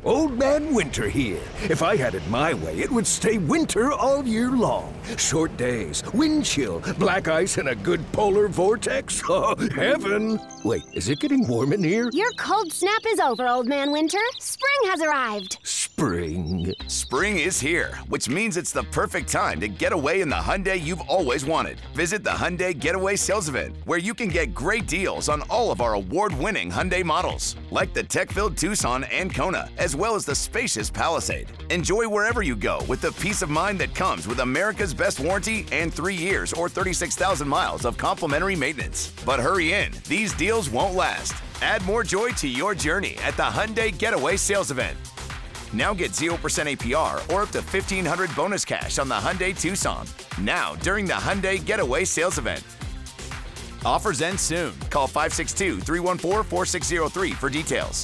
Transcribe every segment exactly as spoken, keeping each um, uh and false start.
Old Man Winter here. If I had it my way, it would stay winter all year long. Short days, wind chill, black ice, and a good polar vortex. Oh, heaven! Wait, is it getting warm in here? Your cold snap is over, Old Man Winter. Spring has arrived. Spring. Spring is here, which means it's the perfect time to get away in the Hyundai you've always wanted. Visit the Hyundai Getaway Sales Event, where you can get great deals on all of our award-winning Hyundai models, like the tech-filled Tucson and Kona, as well as the spacious Palisade. Enjoy wherever you go with the peace of mind that comes with America's best warranty and three years or thirty-six thousand miles of complimentary maintenance. But hurry in, these deals won't last. Add more joy to your journey at the Hyundai Getaway Sales Event. Now get zero percent A P R or up to fifteen hundred dollars bonus cash on the Hyundai Tucson. Now, during the Hyundai Getaway Sales Event. Offers end soon. Call five six two, three one four, four six zero three for details.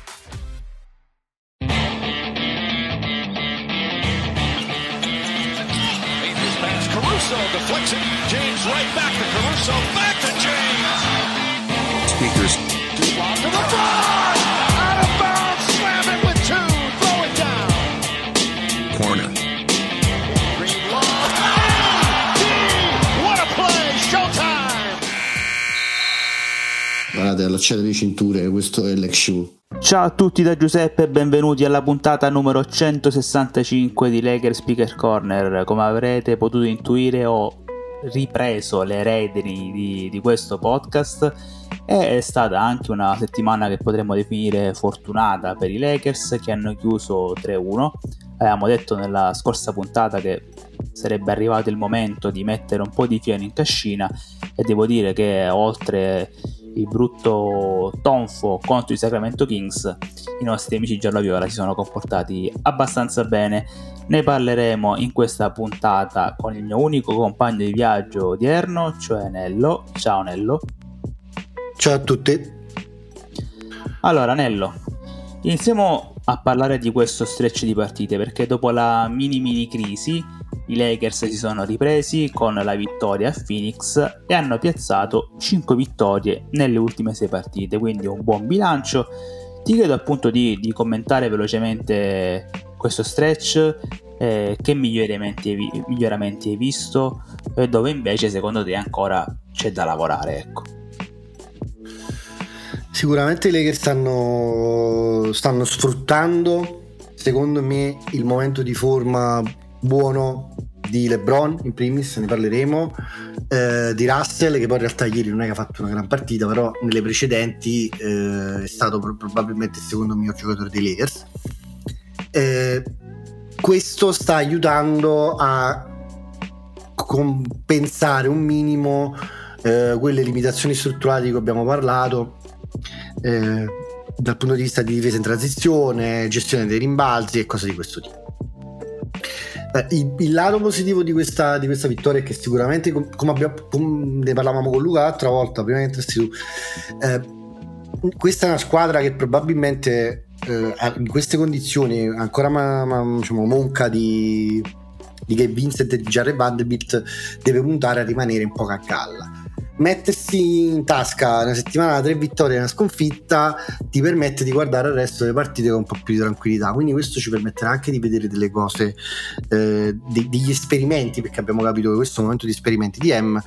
This pass, Caruso deflects it. James right back to Caruso. Back to James. Speakers. Two-block to the front. Out of bounds. Slam it with two. Throw it down. Corner. Green lob. A D. What a play. Showtime. Guardate, allacciate le cinture, questo è l'ex show. Ciao a tutti da Giuseppe e benvenuti alla puntata numero centosessantacinque di Lakers Speaker Corner. Come avrete potuto intuire, ho ripreso le redini di, di questo podcast e è stata anche una settimana che potremmo definire fortunata per i Lakers, che hanno chiuso tre uno. Avevamo detto nella scorsa puntata che sarebbe arrivato il momento di mettere un po' di fieno in cascina e devo dire che oltre il brutto tonfo contro i Sacramento Kings, i nostri amici gialloviola si sono comportati abbastanza bene. Ne parleremo in questa puntata con il mio unico compagno di viaggio odierno, cioè Nello. Ciao Nello. Ciao a tutti. Allora Nello, iniziamo a parlare di questo stretch di partite, perché dopo la mini mini crisi i Lakers si sono ripresi con la vittoria a Phoenix e hanno piazzato cinque vittorie nelle ultime sei partite, quindi un buon bilancio. Ti chiedo appunto di, di commentare velocemente questo stretch, eh, che miglioramenti, miglioramenti hai visto e dove invece secondo te ancora c'è da lavorare, ecco. Sicuramente i Lakers stanno, stanno sfruttando, secondo me, il momento di forma buono di LeBron in primis, ne parleremo, eh, di Russell, che poi in realtà ieri non è che ha fatto una gran partita, però nelle precedenti eh, è stato probabilmente il secondo miglior giocatore dei Lakers. Eh, questo sta aiutando a compensare un minimo eh, quelle limitazioni strutturali di cui abbiamo parlato, eh, dal punto di vista di difesa in transizione, gestione dei rimbalzi e cose di questo tipo. Eh, il, il lato positivo di questa, di questa vittoria è che sicuramente, com, come, abbiamo, come ne parlavamo con Luca l'altra volta prima di entrarsi tu, eh, questa è una squadra che probabilmente eh, in queste condizioni ancora ma, ma, diciamo, monca di, di Gabe Vincent e di Jarrett Vanderbilt, deve puntare a rimanere un po' a galla. Mettersi in tasca una settimana, tre vittorie e una sconfitta ti permette di guardare il resto delle partite con un po' più di tranquillità, quindi questo ci permetterà anche di vedere delle cose, eh, de- degli esperimenti, perché abbiamo capito che questo è un momento di esperimenti di M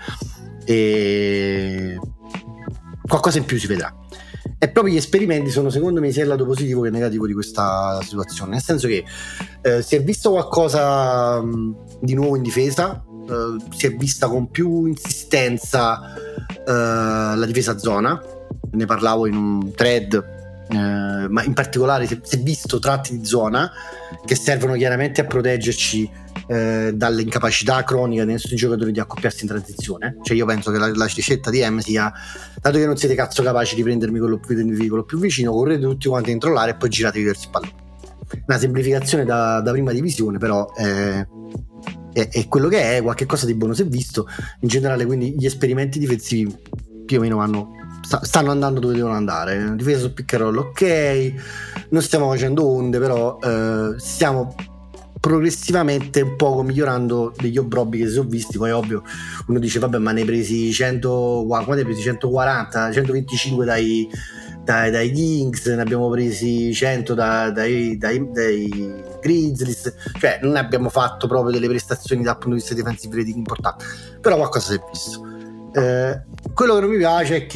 e qualcosa in più si vedrà. E proprio gli esperimenti sono, secondo me, sia il lato positivo che il negativo di questa situazione, nel senso che eh, si è visto qualcosa mh, di nuovo in difesa. Uh, si è vista con più insistenza uh, la difesa zona, ne parlavo in un thread, uh, ma in particolare si è, si è visto tratti di zona che servono chiaramente a proteggerci uh, dall'incapacità cronica dei nostri giocatori di accoppiarsi in transizione. Cioè io penso che la, la ricetta di M sia: dato che non siete cazzo capaci di prendermi quello, quello più vicino, correte tutti quanti a introllare e poi giratevi verso il pallone. Una semplificazione da, da prima divisione, però eh, è, è quello che è, qualche cosa di buono si è visto in generale, quindi gli esperimenti difensivi più o meno vanno, stanno andando dove devono andare. Difesa su pick and roll, ok, non stiamo facendo onde, però eh, stiamo progressivamente un poco migliorando degli obbrobbi che si sono visti. Poi ovvio uno dice vabbè, ma ne hai presi cento, quanti hai presi? centoquaranta, centoventicinque dai, dai, dai Kings, ne abbiamo presi cento da, dai, dai, dai Grizzlies, cioè non abbiamo fatto proprio delle prestazioni dal punto di vista difensivo rating importanti, però qualcosa si è visto. Eh, quello che non mi piace è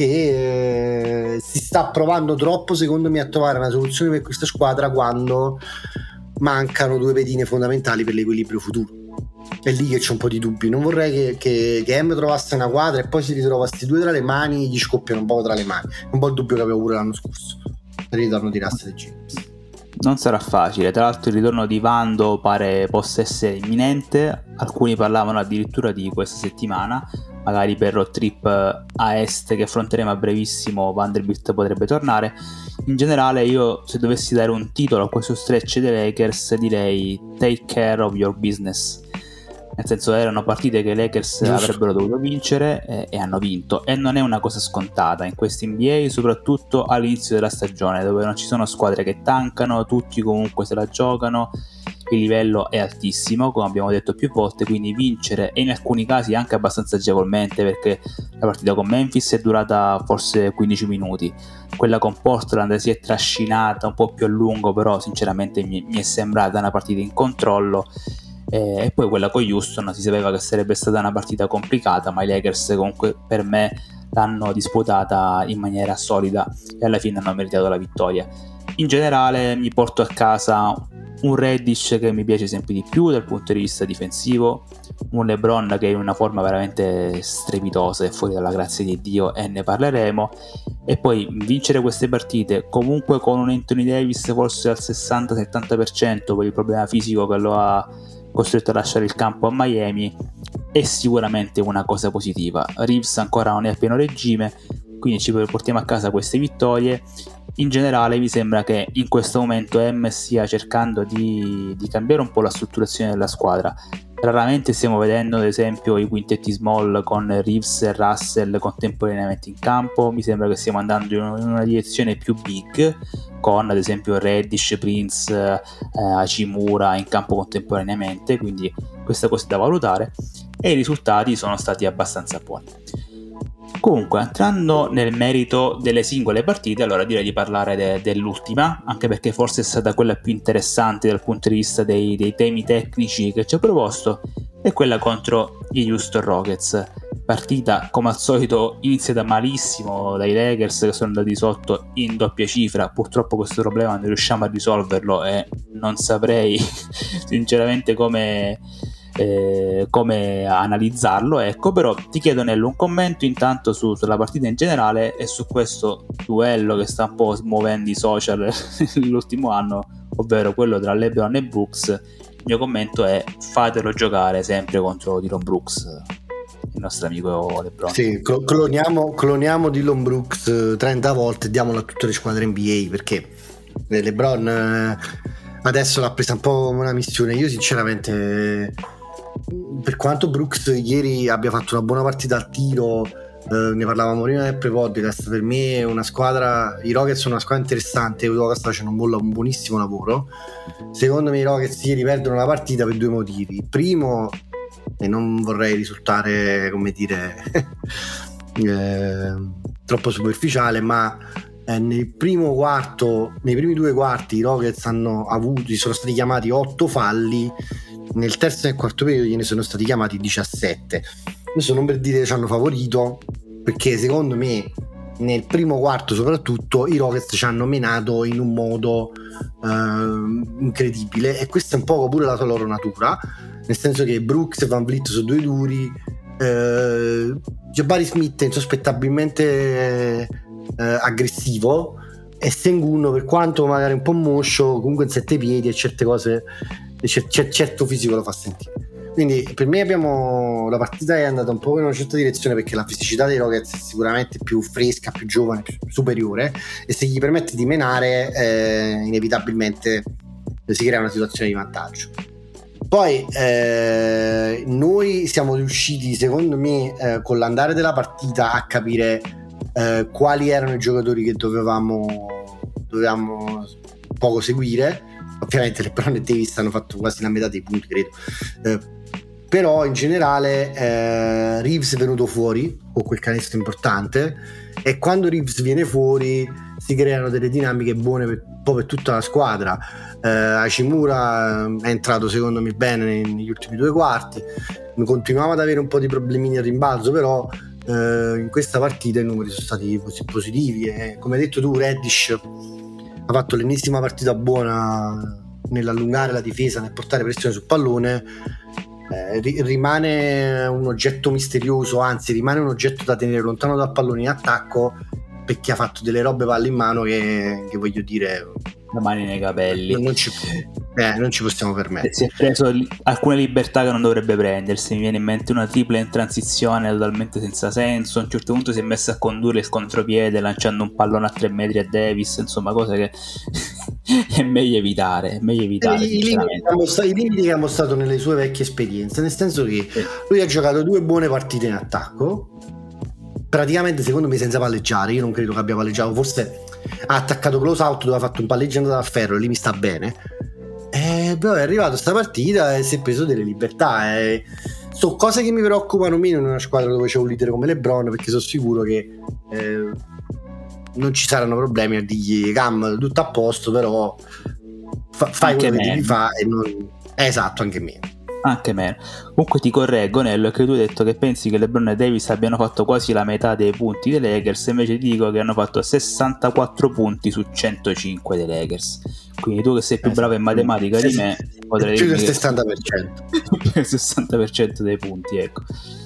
che eh, si sta provando troppo, secondo me, a trovare una soluzione per questa squadra quando mancano due pedine fondamentali per l'equilibrio futuro. È lì che c'è un po' di dubbi. Non vorrei che, che, che M trovasse una quadra e poi si ritrova sti due tra le mani e gli scoppiano un po' tra le mani. Un po' il dubbio che avevo pure l'anno scorso per il ritorno di Russell James. Non sarà facile, tra l'altro il ritorno di Vando pare possa essere imminente, alcuni parlavano addirittura di questa settimana, magari per road trip a est che affronteremo a brevissimo. Vanderbilt potrebbe tornare. In generale, io se dovessi dare un titolo a questo stretch dei Lakers direi take care of your business, nel senso erano partite che i Lakers Giusto. avrebbero dovuto vincere e, e hanno vinto, e non è una cosa scontata in questi N B A, soprattutto all'inizio della stagione dove non ci sono squadre che tankano, tutti comunque se la giocano, il livello è altissimo come abbiamo detto più volte, quindi vincere e in alcuni casi anche abbastanza agevolmente, perché la partita con Memphis è durata forse quindici minuti, quella con Portland si è trascinata un po' più a lungo, però sinceramente mi, mi è sembrata una partita in controllo. E poi quella con Houston si sapeva che sarebbe stata una partita complicata, ma i Lakers comunque per me l'hanno disputata in maniera solida e alla fine hanno meritato la vittoria. In generale mi porto a casa un Reddish che mi piace sempre di più dal punto di vista difensivo, un LeBron che è in una forma veramente strepitosa e fuori dalla grazia di Dio, e ne parleremo, e poi vincere queste partite comunque con un Anthony Davis forse al sessanta settanta per cento per il problema fisico che lo ha costretto a lasciare il campo a Miami è sicuramente una cosa positiva. Reeves ancora non è a pieno regime, quindi ci portiamo a casa queste vittorie. In generale mi sembra che in questo momento M stia cercando di, di cambiare un po' la strutturazione della squadra. Raramente stiamo vedendo ad esempio i quintetti small con Reeves e Russell contemporaneamente in campo, mi sembra che stiamo andando in una direzione più big con ad esempio Reddish, Prince, eh, Hachimura in campo contemporaneamente, quindi questa cosa è da valutare e i risultati sono stati abbastanza buoni. Comunque, entrando nel merito delle singole partite, allora direi di parlare de- dell'ultima, anche perché forse è stata quella più interessante dal punto di vista dei, dei temi tecnici che ci ho proposto, è quella contro gli Houston Rockets. Partita come al solito iniziata malissimo dai Lakers che sono andati sotto in doppia cifra. Purtroppo questo problema non riusciamo a risolverlo e non saprei sinceramente come... Eh, come analizzarlo, ecco. Però ti chiedo Nello un commento intanto su, sulla partita in generale e su questo duello che sta un po' smuovendo i social l'ultimo anno, ovvero quello tra LeBron e Brooks. Il mio commento è: fatelo giocare sempre contro Dillon Brooks, il nostro amico LeBron. Sì, cloniamo, cloniamo Dillon Brooks trenta volte e diamolo a tutte le squadre N B A, perché LeBron adesso l'ha presa un po' una missione. Io sinceramente, per quanto Brooks ieri abbia fatto una buona partita al tiro, eh, ne parlavamo prima nel pre-podcast, per me è una squadra, i Rockets sono una squadra interessante, Udoka sta facendo un, buon, un buonissimo lavoro. Secondo me i Rockets ieri perdono la partita per due motivi. Primo, e non vorrei risultare come dire eh, troppo superficiale, ma eh, nel primo quarto, nei primi due quarti i Rockets hanno avuto, sono stati chiamati otto falli, nel terzo e nel quarto periodo gliene sono stati chiamati diciassette. Questo non per dire che ci hanno favorito, perché secondo me nel primo quarto soprattutto i Rockets ci hanno menato in un modo eh, incredibile, e questa è un po' pure la loro natura, nel senso che Brooks e Van Vliet sono due duri, eh, Jabari Smith è insospettabilmente eh, aggressivo, e Sengun, per quanto magari un po' moscio, comunque in sette piedi e certe cose, c- c- certo fisico lo fa sentire. Quindi per me abbiamo, la partita è andata un po' in una certa direzione, perché la fisicità dei Rockets è sicuramente più fresca, più giovane, più superiore, e se gli permette di menare eh, inevitabilmente si crea una situazione di vantaggio. Poi eh, noi siamo riusciti, secondo me, eh, con l'andare della partita a capire eh, quali erano i giocatori che dovevamo dovevamo poco seguire. Ovviamente LeBron e Davis hanno fatto quasi la metà dei punti, credo, eh, però in generale eh, Reeves è venuto fuori con quel canestro importante, e quando Reeves viene fuori si creano delle dinamiche buone per, un po' per tutta la squadra. eh, Hachimura è entrato secondo me bene negli ultimi due quarti, continuava ad avere un po' di problemini al rimbalzo, però eh, in questa partita i numeri sono stati positivi e, come hai detto tu, Reddish ha fatto l'ennesima partita buona nell'allungare la difesa, nel portare pressione sul pallone. Eh, rimane un oggetto misterioso, anzi rimane un oggetto da tenere lontano dal pallone in attacco, perché ha fatto delle robe palle in mano che, che voglio dire, le mani nei capelli, non ci, eh, non ci possiamo permettere. Si è preso li- alcune libertà che non dovrebbe prendersi. Mi viene in mente una tripla in transizione totalmente senza senso. A un certo punto si è messo a condurre il contropiede lanciando un pallone a tre metri a Davis, insomma cose che è meglio evitare, è meglio evitare I, i limiti che ha mostrato nelle sue vecchie esperienze, nel senso che sì. lui ha giocato due buone partite in attacco, praticamente secondo me senza palleggiare. Io non credo che abbia palleggiato, forse ha attaccato close out dove ha fatto un palleggiando da ferro e lì mi sta bene, eh, però è arrivato a sta partita e si è preso delle libertà. eh. Sono cose che mi preoccupano meno in una squadra dove c'è un leader come LeBron, perché sono sicuro che eh, non ci saranno problemi a dirgli Cam tutto a posto, però fa, fai anche quello che devi me. fare e non... eh, esatto, anche meno. Anche meno. Comunque ti correggo, Nello, che tu hai detto che pensi che LeBron e Davis abbiano fatto quasi la metà dei punti dei Lakers, invece ti dico che hanno fatto sessantaquattro punti su centocinque dei Lakers. Quindi tu che sei più bravo in matematica di me potrai più del dirmi sessanta per cento che il sessanta per cento dei punti, ecco.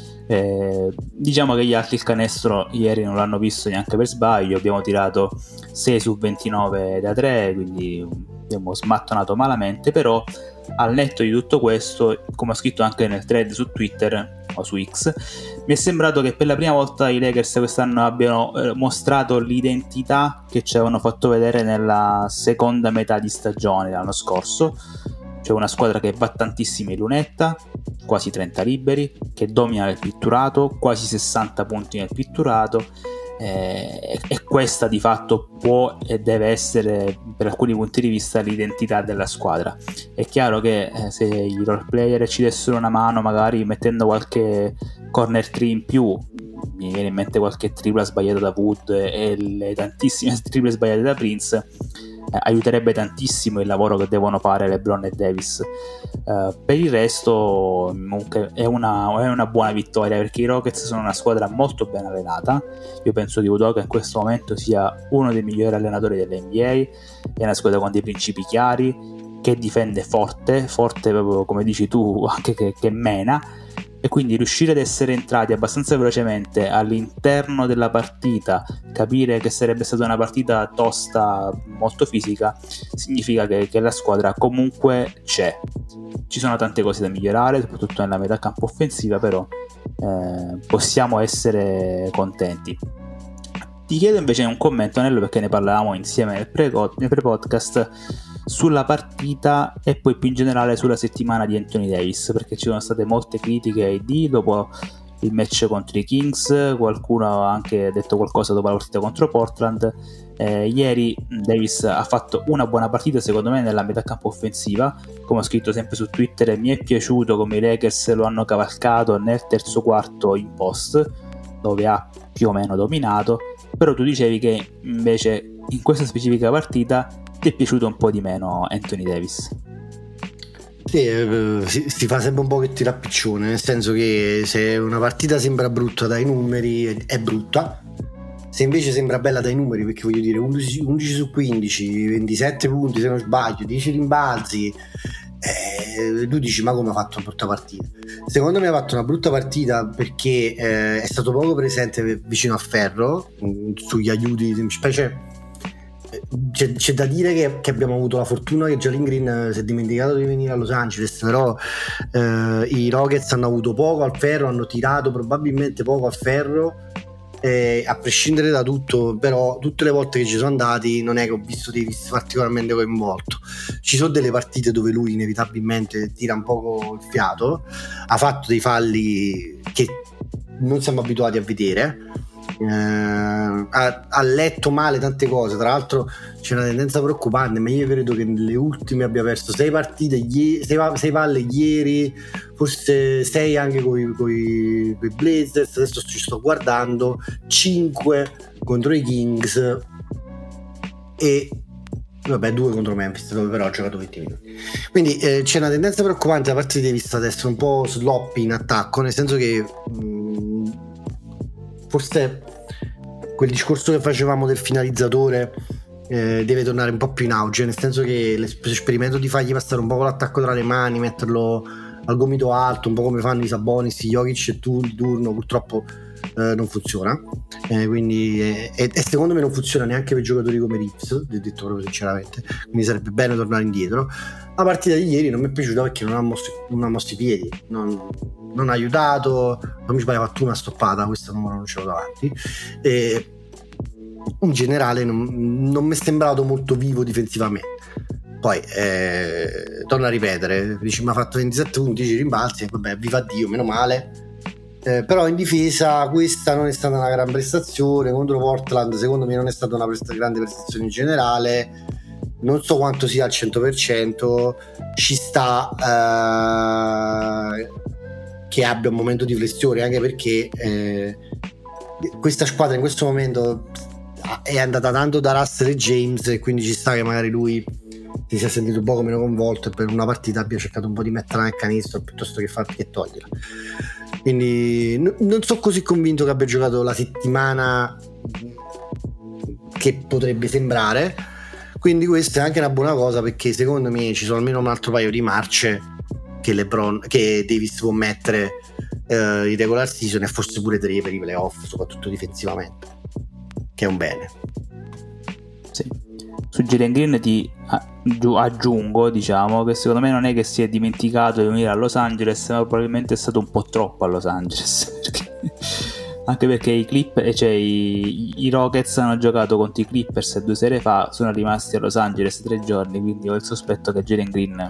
Eh, diciamo che gli altri il canestro ieri non l'hanno visto neanche per sbaglio. Abbiamo tirato sei su ventinove da tre, quindi abbiamo smattonato malamente. Però al netto di tutto questo, come ho scritto anche nel thread su Twitter o su X, mi è sembrato che per la prima volta i Lakers quest'anno abbiano eh, mostrato l'identità che ci avevano fatto vedere nella seconda metà di stagione l'anno scorso. C'è una squadra che va tantissimo in lunetta, quasi trenta liberi, che domina nel pitturato, quasi sessanta punti nel pitturato, eh, e questa di fatto può e deve essere, per alcuni punti di vista, l'identità della squadra. È chiaro che eh, se i role player ci dessero una mano, magari mettendo qualche corner three in più, mi viene in mente qualche tripla sbagliata da Wood e le tantissime triple sbagliate da Prince, eh, aiuterebbe tantissimo il lavoro che devono fare LeBron e Davis. Uh, per il resto comunque è una, è una buona vittoria, perché i Rockets sono una squadra molto ben allenata. Io penso che Udoka in questo momento sia uno dei migliori allenatori dell'N B A, è una squadra con dei principi chiari, che difende forte, forte proprio come dici tu, anche che, che mena, e quindi riuscire ad essere entrati abbastanza velocemente all'interno della partita, capire che sarebbe stata una partita tosta, molto fisica, significa che, che la squadra comunque c'è. Ci sono tante cose da migliorare, soprattutto nella metà campo offensiva, però eh, possiamo essere contenti. Ti chiedo invece un commento, Nello, perché ne parlavamo insieme nel pre- nel pre-podcast, sulla partita e poi più in generale sulla settimana di Anthony Davis, perché ci sono state molte critiche ai D dopo il match contro i Kings, qualcuno ha anche detto qualcosa dopo la partita contro Portland. Eh, ieri Davis ha fatto una buona partita secondo me nella metà campo offensiva, come ho scritto sempre su Twitter. Mi è piaciuto come i Lakers lo hanno cavalcato nel terzo quarto in post, dove ha più o meno dominato. Però tu dicevi che invece in questa specifica partita ti è piaciuto un po' di meno Anthony Davis. Sì, eh, si, si fa sempre un po' che tira a piccione, nel senso che se una partita sembra brutta dai numeri è, è brutta, se invece sembra bella dai numeri, perché voglio dire undici, undici su quindici, ventisette punti se non sbaglio, dieci rimbalzi, eh, tu dici ma come ha fatto una brutta partita? Secondo me ha fatto una brutta partita perché eh, è stato poco presente vicino a ferro, mh, sugli aiuti, specie. C'è, c'è da dire che, che abbiamo avuto la fortuna che Jalen Green si è dimenticato di venire a Los Angeles, però eh, i Rockets hanno avuto poco al ferro, hanno tirato probabilmente poco al ferro, eh, a prescindere da tutto. Però tutte le volte che ci sono andati non è che ho visto Davis particolarmente coinvolto. Ci sono delle partite dove lui inevitabilmente tira un poco il fiato, ha fatto dei falli che non siamo abituati a vedere. Uh, ha, ha letto male tante cose, tra l'altro c'è una tendenza preoccupante, ma io credo che nelle ultime abbia perso sei partite, ieri, sei, sei palle ieri, forse sei anche con i Blazers, adesso ci sto guardando, cinque contro i Kings. e vabbè due contro Memphis dove però ha giocato venti minuti, quindi eh, c'è una tendenza preoccupante da parte di Davis ad essere un po' sloppy in attacco, nel senso che mh, forse quel discorso che facevamo del finalizzatore eh, deve tornare un po' più in auge, nel senso che l'esperimento di fargli passare un po' con l'attacco tra le mani, metterlo al gomito alto, un po' come fanno i Sabonis, i Jokic e tu di turno, purtroppo eh, non funziona, eh, quindi eh, e, e secondo me non funziona neanche per giocatori come Reeves, detto proprio sinceramente, quindi sarebbe bene tornare indietro. La partita di ieri non mi è piaciuta perché non ha mosso, non ha mosso i piedi, non, non ha aiutato, non mi sbaglio, ha fatto una stoppata, questa numero non ce l'ho davanti, e in generale non, non mi è sembrato molto vivo difensivamente. Poi eh, torno a ripetere, dici mi ha fatto ventisette punti, dieci rimbalzi, vabbè viva Dio, meno male, eh, però in difesa questa non è stata una gran prestazione contro Portland, secondo me non è stata una presta- grande prestazione in generale, non so quanto sia al cento per cento, ci sta eh, che abbia un momento di flessione, anche perché eh, questa squadra in questo momento è andata tanto da Russell e James, e quindi ci sta che magari lui si sia sentito un poco meno coinvolto e per una partita abbia cercato un po' di metterla nel canestro piuttosto che far che toglierla, quindi n- non sono così convinto che abbia giocato la settimana che potrebbe sembrare, quindi questa è anche una buona cosa, perché secondo me ci sono almeno un altro paio di marce che LeBron, che Davis può mettere eh, in regular season, e forse pure tre per i playoff, soprattutto difensivamente, che è un bene. Sì. Su Jalen Green ti aggiungo, diciamo, che secondo me non è che si è dimenticato di venire a Los Angeles, ma probabilmente è stato un po' troppo a Los Angeles, perché, anche perché i Clip, cioè i, i Rockets hanno giocato contro i Clippers due sere fa, sono rimasti a Los Angeles tre giorni, quindi ho il sospetto che Jalen Green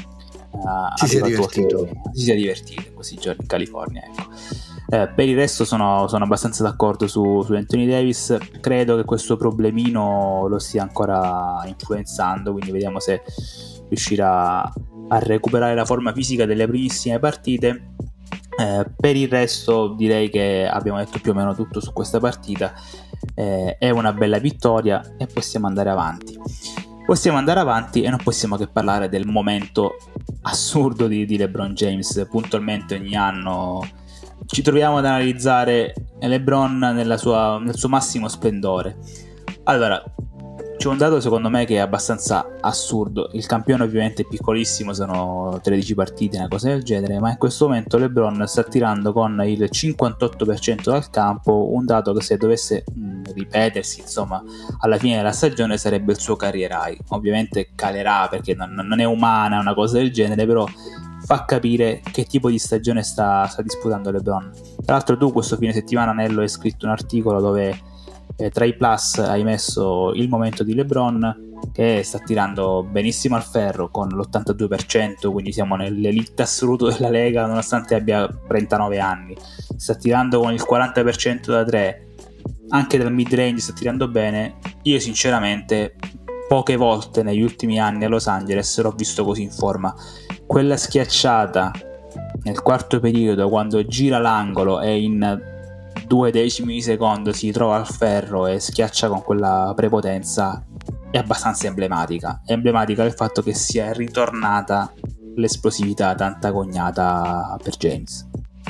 uh, si sia divertito si sia divertito in questi giorni in California, ecco. Eh, per il resto sono, sono abbastanza d'accordo su, su Anthony Davis, credo che questo problemino lo stia ancora influenzando, quindi vediamo se riuscirà a recuperare la forma fisica delle primissime partite. Eh, per il resto direi che abbiamo detto più o meno tutto su questa partita, eh, è una bella vittoria e possiamo andare avanti. Possiamo andare avanti e non possiamo che parlare del momento assurdo di, di LeBron James. Puntualmente ogni anno ci troviamo ad analizzare LeBron nella sua, nel suo massimo splendore. Allora, c'è un dato secondo me che è abbastanza assurdo. Il campione ovviamente è piccolissimo, sono tredici partite, una cosa del genere, ma in questo momento LeBron sta tirando con il cinquantotto per cento dal campo, un dato che se dovesse mh, ripetersi, insomma, alla fine della stagione sarebbe il suo career high. Ovviamente calerà perché non, non è umana una cosa del genere, però fa capire che tipo di stagione sta, sta disputando LeBron. Tra l'altro tu questo fine settimana, Nello, hai scritto un articolo dove eh, tra i plus hai messo il momento di LeBron, che sta tirando benissimo al ferro con l'ottantadue per cento, quindi siamo nell'elite assoluto della Lega nonostante abbia trentanove anni. Sta tirando con il quaranta per cento da tre, anche dal mid range sta tirando bene. Io sinceramente poche volte negli ultimi anni a Los Angeles l'ho visto così in forma. Quella schiacciata nel quarto periodo, quando gira l'angolo e in due decimi di secondo si trova al ferro e schiaccia con quella prepotenza, è abbastanza emblematica. È emblematica del fatto che sia ritornata l'esplosività tanta cognata per James.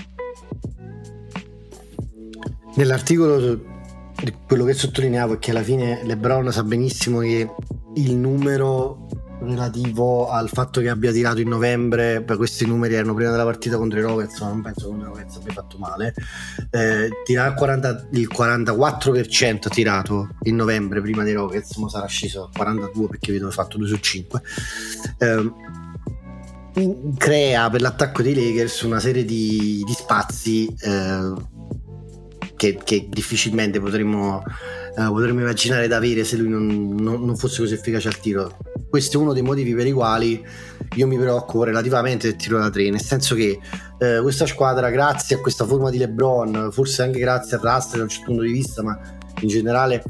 Nell'articolo quello che sottolineavo è che alla fine LeBron sa benissimo che il numero relativo al fatto che abbia tirato in novembre, per questi numeri erano prima della partita contro i Rockets, ma non penso che i Rockets abbia fatto male, eh, tirare quaranta, il quarantaquattro per cento tirato in novembre prima dei Rockets, ma sarà sceso al quarantadue perché vedo che ha fatto due su cinque, eh, crea per l'attacco dei Lakers una serie di, di spazi eh, che, che difficilmente potremmo Uh, potremmo immaginare da avere se lui non, non, non fosse così efficace al tiro. Questo è uno dei motivi per i quali io mi preoccupo relativamente del tiro da tre, nel senso che uh, questa squadra, grazie a questa forma di LeBron, forse anche grazie a Russell da un certo punto di vista, ma in generale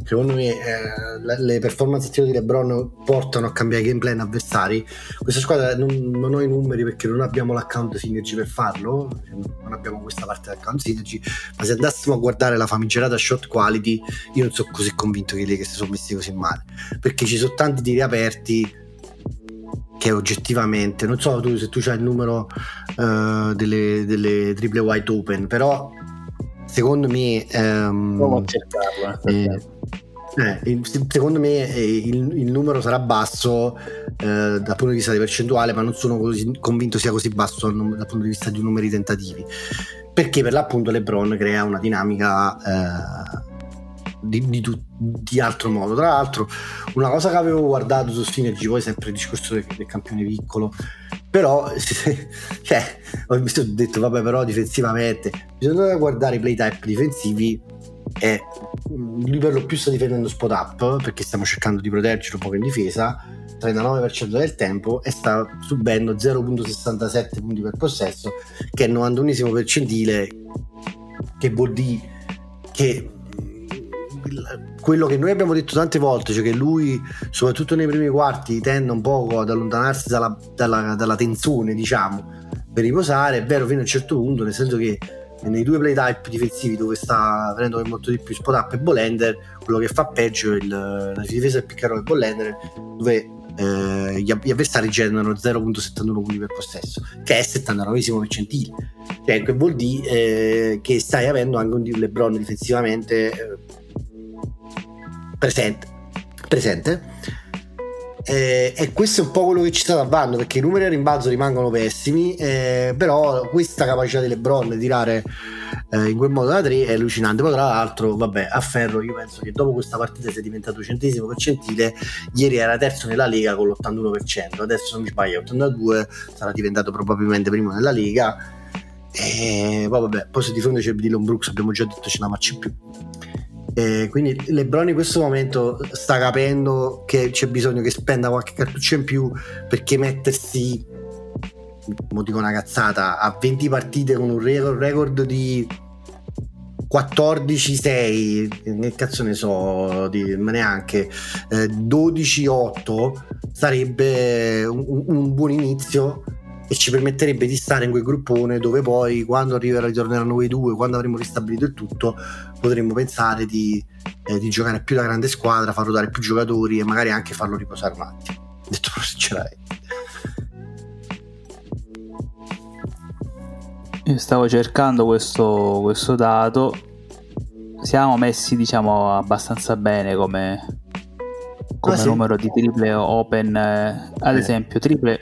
secondo me eh, le performance di LeBron portano a cambiare game plan avversari. Questa squadra non, non ho i numeri perché non abbiamo l'account Synergy per farlo, non abbiamo questa parte dell'account Synergy, ma se andassimo a guardare la famigerata shot quality io non sono così convinto che, che si sono messi così male, perché ci sono tanti tiri aperti che oggettivamente, non so tu, se tu c'hai il numero uh, delle, delle triple wide open, però secondo me um, provo a cercarlo eh, eh, il, secondo me eh, il, il numero sarà basso eh, dal punto di vista di percentuale, ma non sono così convinto sia così basso dal, dal punto di vista di numeri tentativi, perché per l'appunto LeBron crea una dinamica eh, Di, di, di altro modo. Tra l'altro una cosa che avevo guardato su Synergy, poi sempre il discorso del, del campione piccolo, però cioè, ho detto vabbè, però difensivamente bisogna guardare i play type difensivi e lui per lo più sta difendendo spot up perché stiamo cercando di proteggerlo un po' in difesa trentanove per cento del tempo e sta subendo zero virgola sessantasette punti per possesso, che è il novantunesimo percentile, che vuol dire che quello che noi abbiamo detto tante volte, cioè che lui soprattutto nei primi quarti tende un po' ad allontanarsi dalla, dalla, dalla tensione, diciamo, per riposare, è vero fino a un certo punto, nel senso che nei due play type difensivi dove sta prendendo molto di più spot up e ball handler, quello che fa peggio è il, la difesa del pick and roll e ball handler, dove eh, gli, gli avversari generano zero virgola settantuno punti per possesso, che è il settantanovesimo percentile, cioè che vuol dire eh, che stai avendo anche un LeBron difensivamente eh, presente, presente. Eh, e questo è un po' quello che ci sta davanti, perché i numeri a rimbalzo rimangono pessimi, eh, però questa capacità di LeBron di tirare eh, in quel modo da tre è allucinante. Poi tra l'altro vabbè, a ferro io penso che dopo questa partita sia diventato centesimo percentile, ieri era terzo nella Lega con l'ottantuno per cento, adesso non mi sbaglio ottantadue, sarà diventato probabilmente primo nella Lega, e poi vabbè, poi se di fronte c'è Dillon Brooks abbiamo già detto ce la facci più. Eh, quindi LeBron in questo momento sta capendo che c'è bisogno che spenda qualche cartuccio in più, perché mettersi, mo dico una cazzata, a venti partite con un record, record di quattordici sei, che cazzo ne so, di, ma neanche eh, dodici otto sarebbe un, un buon inizio e ci permetterebbe di stare in quel gruppone dove poi quando arriverà ritorneranno quei due, quando avremo ristabilito il tutto, potremmo pensare di, eh, di giocare più la grande squadra, far ruotare più giocatori e magari anche farlo riposare un attimo, detto sinceramente. Io stavo cercando questo, questo dato, siamo messi diciamo abbastanza bene come, come ah, sì. numero di triple open, eh, ad eh. esempio triple,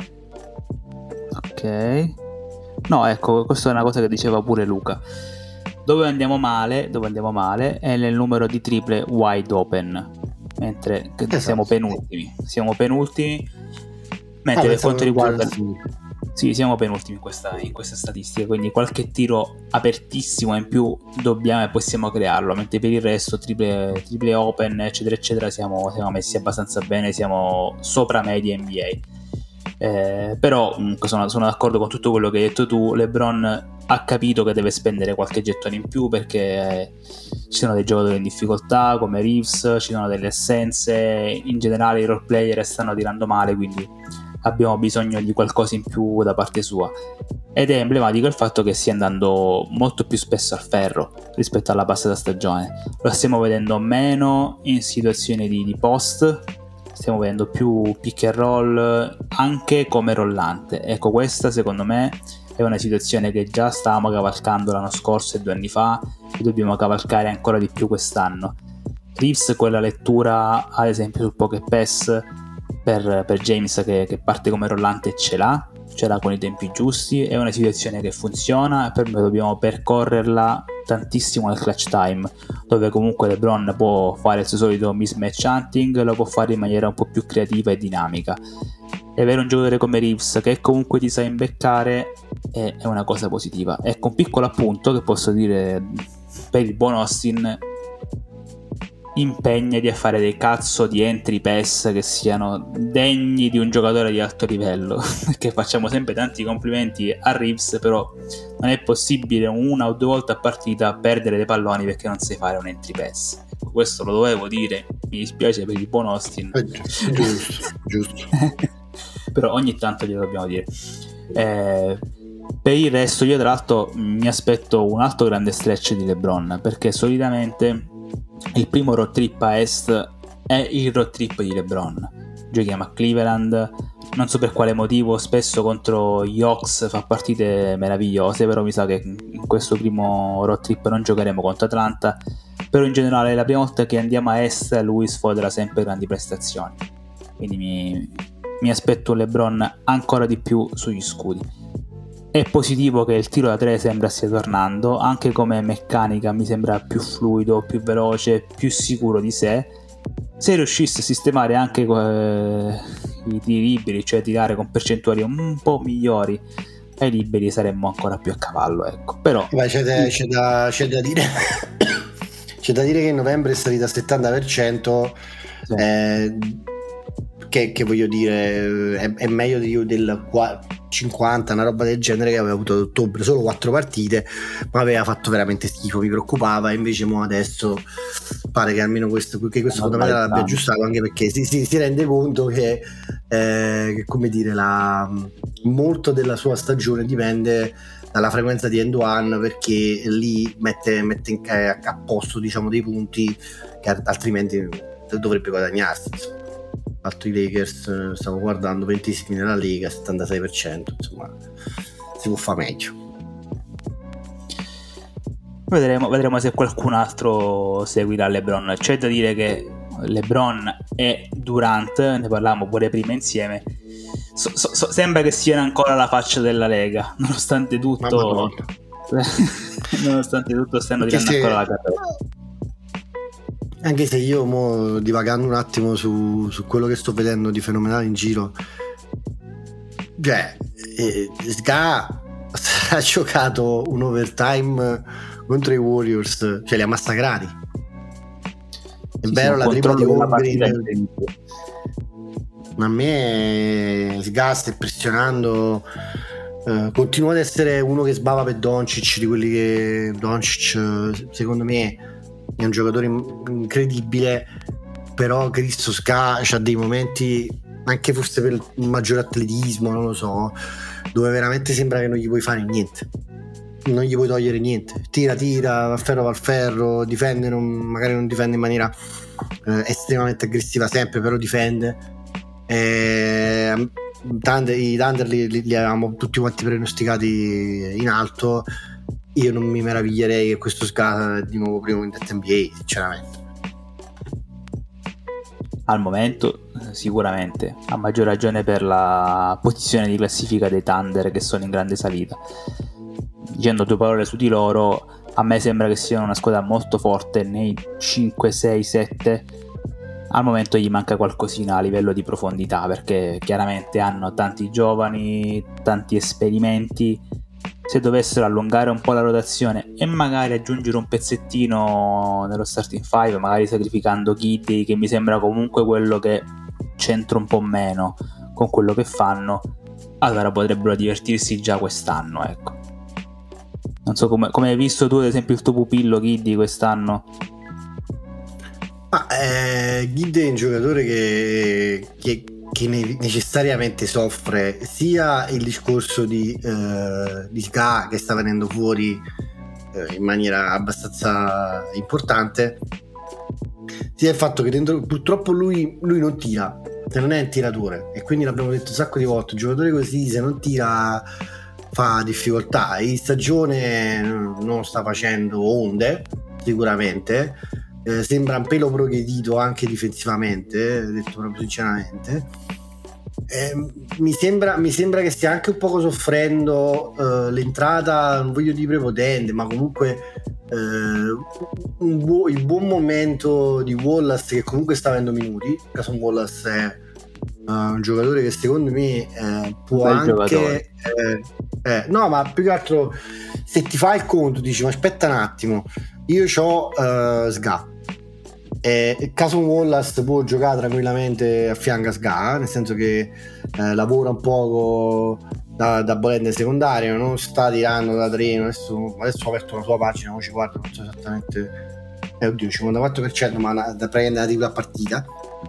ok, no ecco, questa è una cosa che diceva pure Luca, dove andiamo male dove andiamo male è nel numero di triple wide open, mentre esatto. siamo penultimi siamo penultimi mentre ah, per quanto riguarda sì, siamo penultimi in questa, in questa statistica, quindi qualche tiro apertissimo in più dobbiamo e possiamo crearlo, mentre per il resto triple, triple open eccetera eccetera siamo, siamo messi abbastanza bene, siamo sopra media N B A. Eh, però sono, sono d'accordo con tutto quello che hai detto tu. LeBron ha capito che deve spendere qualche gettone in più, perché eh, ci sono dei giocatori in difficoltà come Reeves, ci sono delle assenze, in generale i role player stanno tirando male, quindi abbiamo bisogno di qualcosa in più da parte sua, ed è emblematico il fatto che stia andando molto più spesso al ferro rispetto alla passata stagione. Lo stiamo vedendo meno in situazioni di, di post, stiamo vedendo più pick and roll anche come rollante. Ecco, questa secondo me è una situazione che già stavamo cavalcando l'anno scorso e due anni fa e dobbiamo cavalcare ancora di più quest'anno. Reeves quella lettura ad esempio sul pocket pass per, per James che, che parte come rollante ce l'ha, ce l'ha con i tempi giusti, è una situazione che funziona e per me dobbiamo percorrerla tantissimo nel clutch time, dove comunque LeBron può fare il suo solito mismatch hunting, lo può fare in maniera un po' più creativa e dinamica, e avere un giocatore come Reeves che comunque ti sa imbeccare è, è una cosa positiva. Ecco, un piccolo appunto che posso dire per il buon Austin: impegnati a fare dei cazzo di entry pass che siano degni di un giocatore di alto livello, perché facciamo sempre tanti complimenti a Reeves, però non è possibile una o due volte a partita perdere dei palloni perché non sai fare un entry pass. questo lo dovevo dire, mi dispiace per il buon Austin. Eh, giusto, giusto. Però ogni tanto glielo dobbiamo dire. Eh, per il resto io tra l'altro mi aspetto un altro grande stretch di LeBron, perché solitamente il primo road trip a est è il road trip di LeBron. Giochiamo a Cleveland, non so per quale motivo, spesso contro gli Hawks fa partite meravigliose, però mi sa che in questo primo road trip non giocheremo contro Atlanta. Però in generale la prima volta che andiamo a est lui sfodera sempre grandi prestazioni, quindi mi, mi aspetto un LeBron ancora di più sugli scudi. È positivo che il tiro da tre sembra stia tornando, anche come meccanica mi sembra più fluido, più veloce, più sicuro di sé. Se riuscisse a sistemare anche eh, i tiri liberi, cioè tirare con percentuali un po' migliori ai liberi, saremmo ancora più a cavallo, ecco. Però Beh, c'è, da, c'è, da, c'è da dire c'è da dire che in novembre è salita al settanta per cento, sì. eh, che, che voglio dire è, è meglio di, del cinquanta, una roba del genere che aveva avuto ad ottobre, solo quattro partite, ma aveva fatto veramente schifo, mi preoccupava. Invece mo adesso pare che almeno questo, che questo fondamentale l'abbia aggiustato, anche perché si, si, si rende conto che, eh, che come dire la, molto della sua stagione dipende dalla frequenza di end one, perché lì mette, mette in, a, a posto diciamo dei punti che altrimenti dovrebbe guadagnarsi. Altri Lakers, stavo guardando, ventesimi nella Lega, settantasei per cento, insomma si può fare meglio. Vedremo, vedremo se qualcun altro seguirà LeBron. C'è da dire che LeBron e Durant, ne parlavamo pure prima insieme, so, so, so, sembra che siano ancora la faccia della Lega, nonostante tutto nonostante tutto stanno tirando ancora la carretta. Anche se io mo, divagando un attimo su, su quello che sto vedendo di fenomenale in giro, cioè eh, Ska ha giocato un overtime contro i Warriors, cioè li ha massacrati. È sì, vero, sì, la tripla di Holmgren, ma a me Ska sta impressionando. Uh, continua ad essere uno che sbava per Doncic, di quelli che Doncic secondo me è un giocatore incredibile, però Cristo Ska c'ha dei momenti, anche forse per il maggiore atletismo, non lo so, dove veramente sembra che non gli puoi fare niente, non gli puoi togliere niente, tira tira, va al ferro va al ferro, difende, non, magari non difende in maniera eh, estremamente aggressiva sempre, però difende. eh, Thunder, i Thunder li, li, li avevamo tutti quanti pronosticati in alto. Io non mi meraviglierei che questo Ska di nuovo primo in N B A, sinceramente. Al momento sicuramente, a maggior ragione per la posizione di classifica dei Thunder, che sono in grande salita. Dicendo due parole su di loro, a me sembra che siano una squadra molto forte nei cinque, sei, sette. Al momento gli manca qualcosina a livello di profondità, perché chiaramente hanno tanti giovani, tanti esperimenti. Se dovessero allungare un po' la rotazione e magari aggiungere un pezzettino nello starting five, magari sacrificando Giddey, che mi sembra comunque quello che c'entra un po' meno con quello che fanno, allora potrebbero divertirsi già quest'anno, ecco. Non so come, come hai visto tu ad esempio il tuo pupillo Giddey quest'anno. Ah, eh, Giddey è un giocatore che, che, che necessariamente soffre sia il discorso di, eh, di Ska, che sta venendo fuori eh, in maniera abbastanza importante, sia il fatto che dentro, purtroppo lui, lui non tira, se non è un tiratore, e quindi l'abbiamo detto un sacco di volte, un giocatore così se non tira fa difficoltà. In stagione non sta facendo onde sicuramente. Eh, sembra un pelo progredito anche difensivamente, detto proprio sinceramente. Eh, mi, sembra, mi sembra che stia anche un poco soffrendo eh, l'entrata, non voglio dire prepotente, ma comunque eh, un bu- il buon momento di Wallace, che comunque sta avendo minuti. Cason Wallace è uh, un giocatore che secondo me eh, può anche eh, eh, no, ma più che altro se ti fai il conto dici ma aspetta un attimo, io c'ho uh, Ska, e Cason Wallace può giocare tranquillamente a fianco a Ska, nel senso che eh, lavora un poco da, da volente secondario, non sta tirando da treno. Adesso, adesso ho aperto la sua pagina, non ci guardo, non so esattamente eh, oddio, cinquantaquattro per cento, ma da prendere a partita.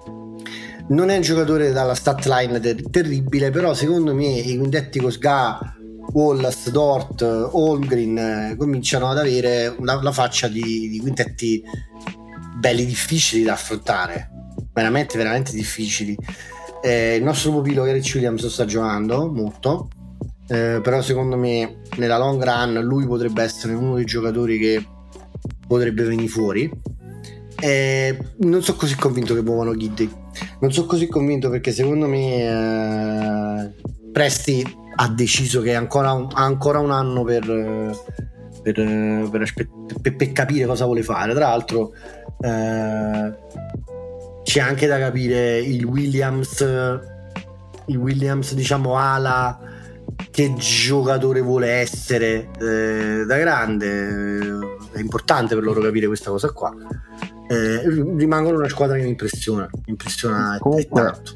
Non è un giocatore dalla stat line ter- terribile, però secondo me i quintetti con Sga, Wallace, Dort, Holmgren eh, cominciano ad avere una, la faccia di, di quintetti belli difficili da affrontare, veramente veramente difficili. Eh, il nostro pupillo Gareth Williams sta giocando molto, eh, però secondo me nella long run lui potrebbe essere uno dei giocatori che potrebbe venire fuori. Eh, non sono così convinto che muovano Giddey, non sono così convinto perché secondo me eh, Presti ha deciso che ancora un, ha ancora un anno per, per, per, per, per capire cosa vuole fare. Tra l'altro eh, c'è anche da capire il Williams il Williams diciamo ala, che giocatore vuole essere eh, da grande. È importante per loro capire questa cosa qua. Eh, rimangono una squadra che mi impressiona impressiona comunque, tanto.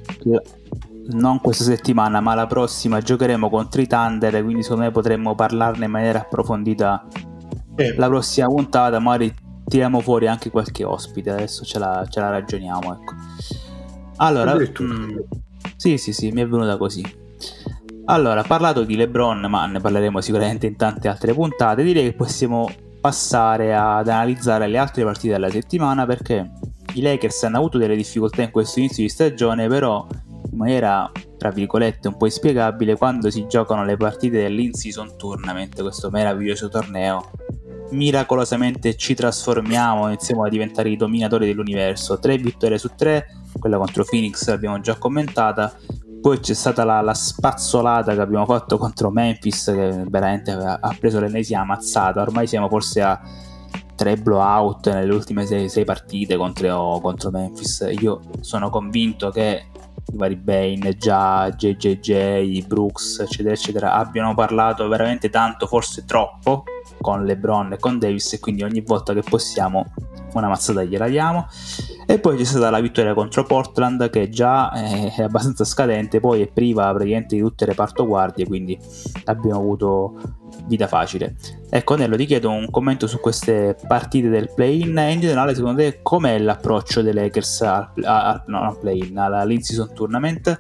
Non questa settimana ma la prossima giocheremo contro i Thunder, quindi secondo me potremmo parlarne in maniera approfondita eh. la prossima puntata, magari tiriamo fuori anche qualche ospite, adesso ce la, ce la ragioniamo, ecco. Allora mh, sì sì sì mi è venuta così. Allora, parlato di LeBron, ma ne parleremo sicuramente in tante altre puntate, direi che possiamo passare ad analizzare le altre partite della settimana, perché i Lakers hanno avuto delle difficoltà in questo inizio di stagione, però in maniera tra virgolette un po' inspiegabile quando si giocano le partite dell'in-season tournament, questo meraviglioso torneo. Miracolosamente ci trasformiamo, iniziamo a diventare i dominatori dell'universo. Tre vittorie su tre, quella contro Phoenix l'abbiamo già commentata, poi c'è stata la, la spazzolata che abbiamo fatto contro Memphis, che veramente ha, ha preso l'ennesima mazzata. Ormai siamo forse a tre blowout nelle ultime sei, sei partite contro, contro Memphis. Io sono convinto che i vari Bane, già J J J, Brooks eccetera eccetera abbiano parlato veramente tanto, forse troppo, con LeBron e con Davis, e quindi ogni volta che possiamo una mazzata gliela diamo. E poi c'è stata la vittoria contro Portland, che già è abbastanza scadente, poi è priva praticamente di tutte le reparto guardie, quindi abbiamo avuto vita facile. Ecco, Nello, ti chiedo un commento su queste partite del play-in e in generale secondo te com'è l'approccio dei Lakers al, al no, non play-in, all'in-season tournament,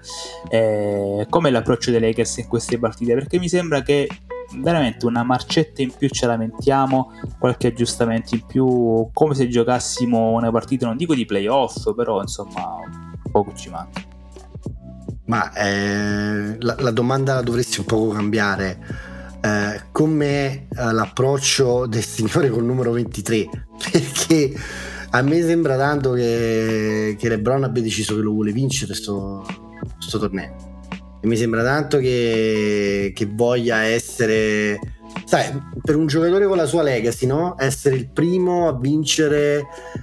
eh, com'è l'approccio dei Lakers in queste partite, perché mi sembra che veramente una marcetta in più ce la mettiamo, qualche aggiustamento in più, come se giocassimo una partita, non dico di playoff, però insomma poco ci manca. Ma eh, la, la domanda la dovresti un po' cambiare. Eh, com'è eh, l'approccio del signore col numero ventitré? Perché a me sembra tanto che, che LeBron abbia deciso che lo vuole vincere sto, sto torneo. E mi sembra tanto che, che voglia essere, sai, per un giocatore con la sua legacy, no? Essere il primo a vincere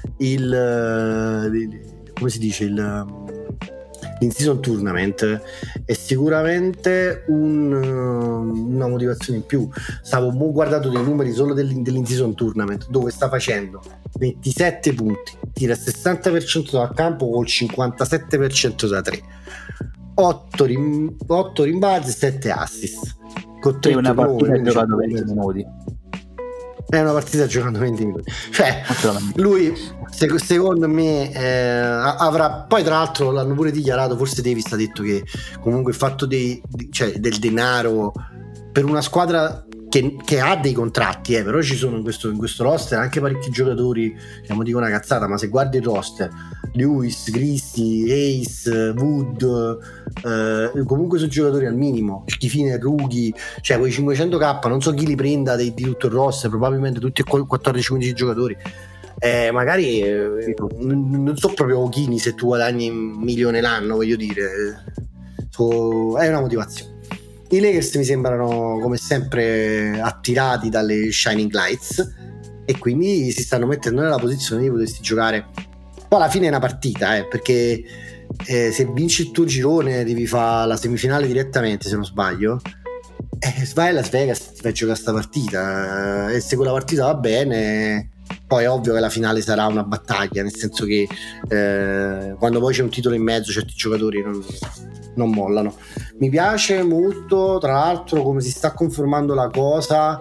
il, il come si dice, il in-season tournament è sicuramente un, una motivazione in più. Stavo guardando dei numeri solo dell'in-season tournament, dove sta facendo ventisette punti, tira il sessanta per cento dal campo col cinquantasette per cento da tre, otto, rim- otto rimbalzi, sette assist, con tre è una partita giocato venti minuti. È una partita giocando venti minuti, cioè lui sec- secondo me eh, avrà, poi tra l'altro l'hanno pure dichiarato, forse Davis ha detto che comunque il fatto dei, cioè, del denaro per una squadra che, che ha dei contratti, eh, però ci sono in questo, in questo roster anche parecchi giocatori, diciamo, dico una cazzata, ma se guardi il roster, Lewis, Christie, Ace, Wood, eh, comunque sono giocatori al minimo, Schifine, Rughi, cioè quei cinquecento k, non so chi li prenda di, di tutto il roster, probabilmente tutti e quattordici quindici giocatori, eh, magari eh, non so proprio chini se tu guadagni un milione l'anno, voglio dire, so, è una motivazione. I Lakers mi sembrano come sempre attirati dalle shining lights e quindi si stanno mettendo nella posizione di potersi giocare. Poi alla fine è una partita, eh, perché eh, se vinci il tuo girone devi fare la semifinale direttamente, se non sbaglio, eh, vai a Las Vegas, ti fai giocare sta partita, eh, e se quella partita va bene poi è ovvio che la finale sarà una battaglia, nel senso che eh, quando poi c'è un titolo in mezzo certi giocatori non, non mollano. Mi piace molto tra l'altro come si sta confermando la cosa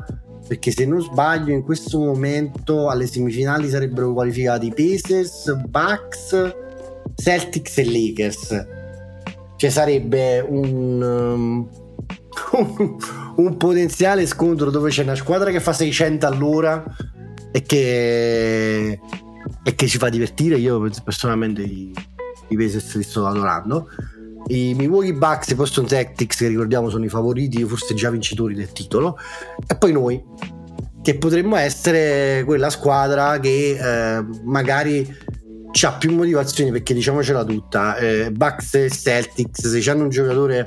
perché se non sbaglio in questo momento alle semifinali sarebbero qualificati Pacers, Bucks, Celtics e Lakers. Cioè sarebbe un, um, un, un potenziale scontro dove c'è una squadra che fa seicento all'ora e che, e che ci fa divertire. Io personalmente i, i Pacers li sto adorando. I Milwaukee Bucks e i Boston Celtics, che ricordiamo sono i favoriti, forse già vincitori del titolo, e poi noi che potremmo essere quella squadra che eh, magari c'ha più motivazioni, perché diciamocela tutta, eh, Bucks e Celtics, se c'hanno un giocatore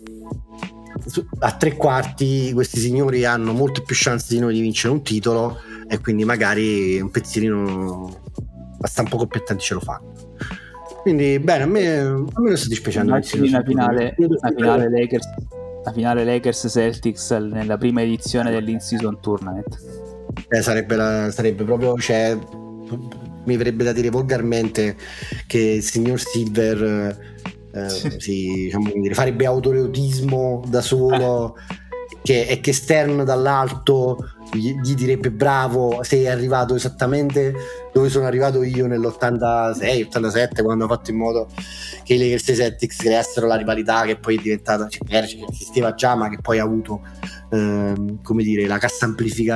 a tre quarti, questi signori hanno molte più chance di noi di vincere un titolo, e quindi magari un pezzolino basta un poco più attenti ce lo fanno. Quindi bene, a me, a me non sta dispiacendo la finale, la finale Lakers, la finale Lakers Celtics nella prima edizione dell'in-season tournament. Eh, sarebbe, la, sarebbe proprio, cioè, mi verrebbe da dire volgarmente che il signor Silver eh, si, diciamo, farebbe autoreotismo da solo, eh. che, e che Stern dall'alto gli, gli direbbe bravo, sei arrivato esattamente dove sono arrivato io nell'ottantasei ottantasette, quando ho fatto in modo che i Lakers e i Celtics creassero la rivalità che poi è diventata, cioè, che esisteva già ma che poi ha avuto ehm, come dire, la cassa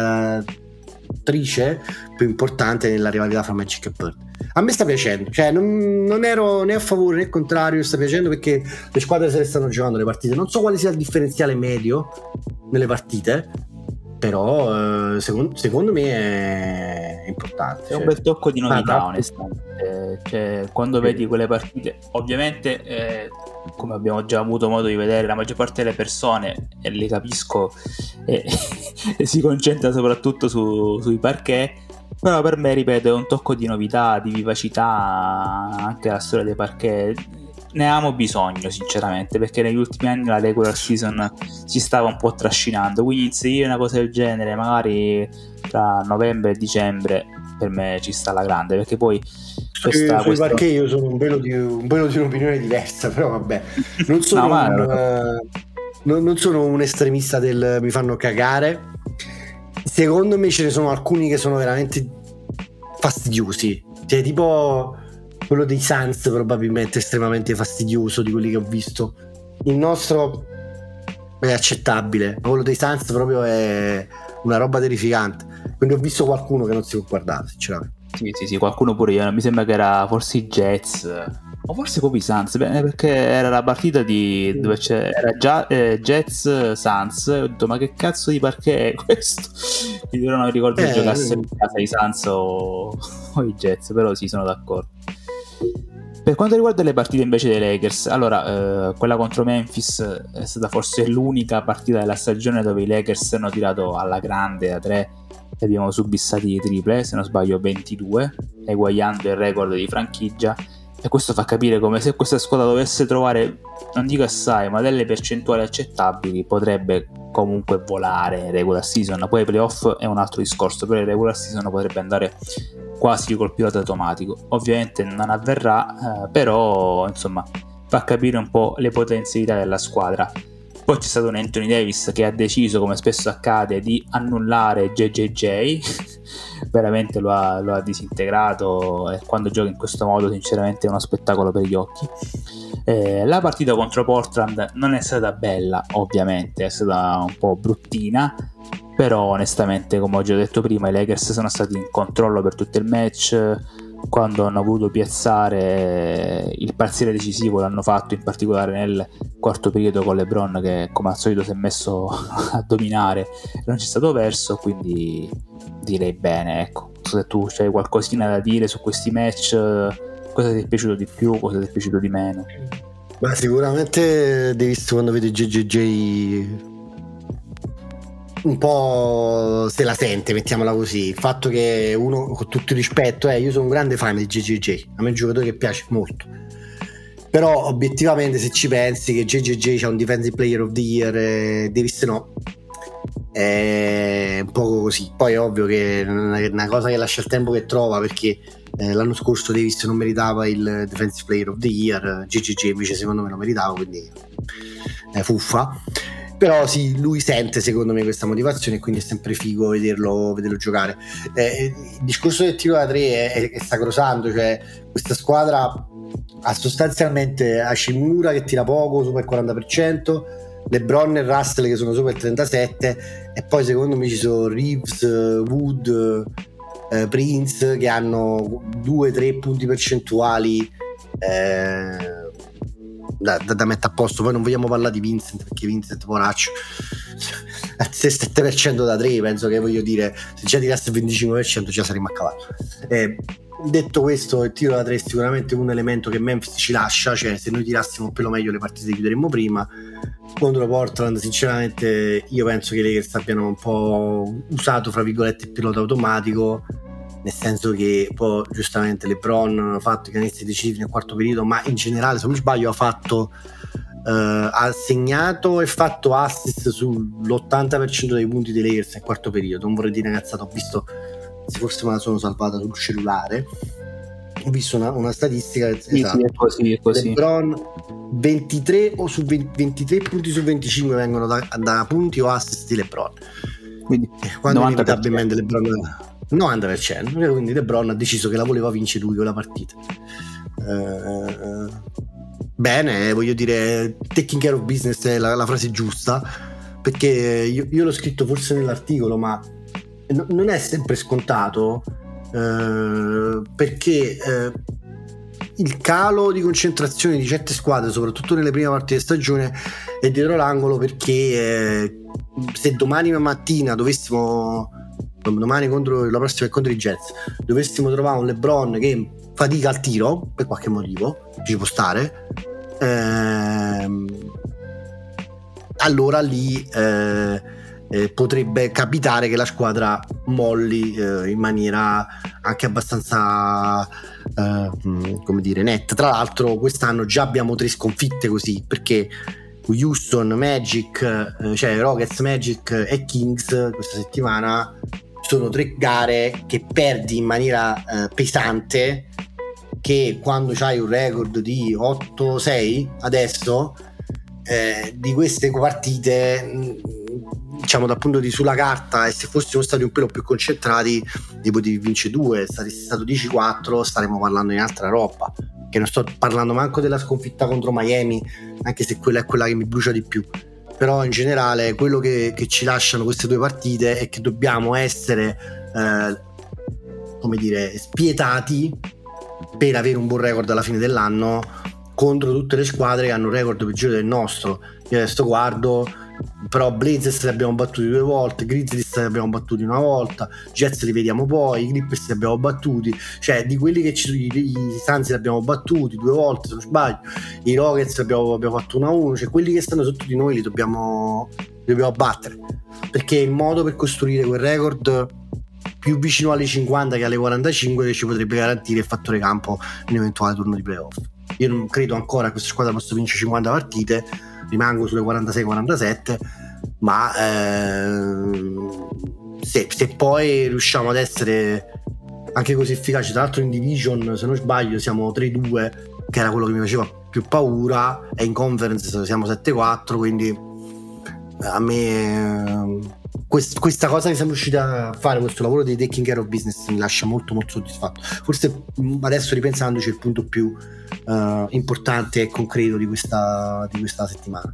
amplificatrice più importante nella rivalità fra Magic e Bird. A me sta piacendo, cioè non, non ero né a favore né contrario, sta piacendo perché le squadre se le stanno giocando le partite. Non so quale sia il differenziale medio nelle partite, però eh, secondo, secondo me è importante. È un bel tocco di novità, ah, onestamente. Cioè, quando sì. vedi quelle partite, ovviamente eh, come abbiamo già avuto modo di vedere, la maggior parte delle persone, e li capisco, eh, si concentra soprattutto su, sui parquet, però per me, ripeto, è un tocco di novità, di vivacità, anche la storia dei parquet. Ne avevamo bisogno sinceramente, perché negli ultimi anni la regular season si stava un po' trascinando, quindi inserire una cosa del genere magari tra novembre e dicembre per me ci sta alla grande, perché poi questa, sui questa... parquet io sono un velo di, un velo di un'opinione diversa, però vabbè, non sono, no, un, uh, non, non sono un estremista del mi fanno cagare. Secondo me ce ne sono alcuni che sono veramente fastidiosi, cioè tipo quello dei Suns probabilmente estremamente fastidioso di quelli che ho visto. Il nostro è accettabile, ma quello dei Suns proprio è una roba terrificante. Quindi ho visto qualcuno che non si può guardare, sinceramente. Sì, sì, sì, qualcuno pure io. Mi sembra che era forse i Jets, o forse proprio i Suns, beh, perché era la partita di dove c'era già eh, Jets Suns. Ho detto, ma che cazzo di parquet è questo? Quindi io non ricordo se eh, giocassero in casa i Suns o, o i Jets, però sì, sono d'accordo. Per quanto riguarda le partite invece dei Lakers, allora eh, quella contro Memphis è stata forse l'unica partita della stagione dove i Lakers hanno tirato alla grande da tre e abbiamo subissato i triple, se non sbaglio ventidue, eguagliando il record di franchigia, e questo fa capire come se questa squadra dovesse trovare, non dico assai, ma delle percentuali accettabili, potrebbe comunque volare in regular season. Poi ai playoff è un altro discorso, però in regular season potrebbe andare quasi col pilota automatico. Ovviamente non avverrà, eh, però insomma fa capire un po' le potenzialità della squadra. Poi c'è stato un Anthony Davis che ha deciso, come spesso accade, di annullare J J J veramente lo ha, lo ha disintegrato, e quando gioca in questo modo sinceramente è uno spettacolo per gli occhi. Eh, la partita contro Portland non è stata bella, ovviamente è stata un po' bruttina, però onestamente, come ho già detto prima, i Lakers sono stati in controllo per tutto il match. Quando hanno voluto piazzare il parziale decisivo l'hanno fatto, in particolare nel quarto periodo con LeBron che come al solito si è messo a dominare, non c'è stato verso, quindi direi bene. Ecco, se tu c'hai qualcosina da dire su questi match, cosa ti è piaciuto di più, cosa ti è piaciuto di meno? Beh, sicuramente Davis quando vede J J J un po' se la sente, mettiamola così. Il fatto che uno, con tutto il rispetto, eh, io sono un grande fan di J J J, a me è un giocatore che piace molto, però obiettivamente se ci pensi che J J J c'ha un Defensive Player of the Year e Davis no, è un po' così. Poi è ovvio che è una cosa che lascia il tempo che trova, perché eh, l'anno scorso Davis non meritava il Defensive Player of the Year, J J J invece secondo me lo meritava, quindi è fuffa. però sì, lui sente secondo me questa motivazione e quindi è sempre figo vederlo, vederlo giocare. Eh, il discorso del tiro da tre è, è sacrosanto, cioè questa squadra ha sostanzialmente Hachimura che tira poco, sopra il quaranta per cento, LeBron e Russell che sono sopra il trentasette per cento, e poi secondo me ci sono Reeves, Wood, eh, Prince che hanno due tre punti percentuali eh, Da, da, da mettere a posto. Poi non vogliamo parlare di Vincent perché Vincent poraccio al sette per cento da tre, penso che, voglio dire, se già tirasse il venticinque per cento già saremmo a cavallo. Eh, detto questo, il tiro da tre è sicuramente un elemento che Memphis ci lascia, cioè se noi tirassimo un pelo meglio le partite chiuderemmo prima. Contro Portland sinceramente io penso che i Lakers abbiano un po' usato fra virgolette il pilota automatico, nel senso che poi giustamente LeBron ha fatto i canestri decisivi nel quarto periodo, ma in generale, se non mi sbaglio, ha fatto eh, ha segnato e fatto assist sull'ottanta per cento dei punti dei Lakers nel quarto periodo. Non vorrei dire ragazzato, ho visto, se forse me la sono salvata sul cellulare, ho visto una, una statistica, sì, esatto. Sì, è così, è così. LeBron ventitré o su venti, ventitré punti su venticinque vengono da, da punti o assist di LeBron, quindi quando inevitabilmente LeBron novanta per cento, quindi LeBron ha deciso che la voleva vincere lui quella partita. Uh, bene, voglio dire, taking care of business è la, la frase giusta, perché io, io l'ho scritto forse nell'articolo, ma no, non è sempre scontato, uh, perché uh, il calo di concentrazione di certe squadre, soprattutto nelle prime parti di stagione, è dietro l'angolo, perché eh, se domani mattina dovessimo domani contro la prossima è contro i Jets dovessimo trovare un LeBron che fatica al tiro per qualche motivo, ci può stare, ehm, allora lì eh, eh, potrebbe capitare che la squadra molli eh, in maniera anche abbastanza eh, come dire netta. Tra l'altro quest'anno già abbiamo tre sconfitte così, perché Houston, Magic, eh, cioè Rockets, Magic e Kings questa settimana sono tre gare che perdi in maniera eh, pesante, che quando c'hai un record di otto sei adesso, eh, di queste partite, diciamo dal punto di sulla carta, e se fossimo stati un pelo più concentrati ne potevi vincere due, saresti stato dieci quattro, staremo parlando di un'altra roba, che non sto parlando manco della sconfitta contro Miami, anche se quella è quella che mi brucia di più. Però in generale quello che, che ci lasciano queste due partite è che dobbiamo essere eh, come dire spietati per avere un buon record alla fine dell'anno contro tutte le squadre che hanno un record peggiore del nostro. Io adesso guardo, però Blazers li abbiamo battuti due volte, Grizzlies li abbiamo battuti una volta, Jets li vediamo poi, i Clippers li abbiamo battuti, cioè di quelli che ci, i, i Suns li abbiamo battuti due volte se non sbaglio, i Rockets abbiamo, abbiamo fatto uno a uno, cioè quelli che stanno sotto di noi li dobbiamo, li dobbiamo battere, perché è il modo per costruire quel record più vicino alle cinquanta che alle quarantacinque che ci potrebbe garantire il fattore campo in un eventuale turno di playoff. Io non credo ancora che questa squadra possa vincere cinquanta partite, rimango sulle quarantasei quarantasette, ma ehm, se, se poi riusciamo ad essere anche così efficaci, tra l'altro in division se non sbaglio siamo tre due, che era quello che mi faceva più paura, e in conference siamo sette quattro, quindi a me quest, questa cosa che siamo riusciti a fare, questo lavoro di taking care of business, mi lascia molto molto soddisfatto. Forse adesso ripensandoci è il punto più uh, importante e concreto di questa, di questa settimana.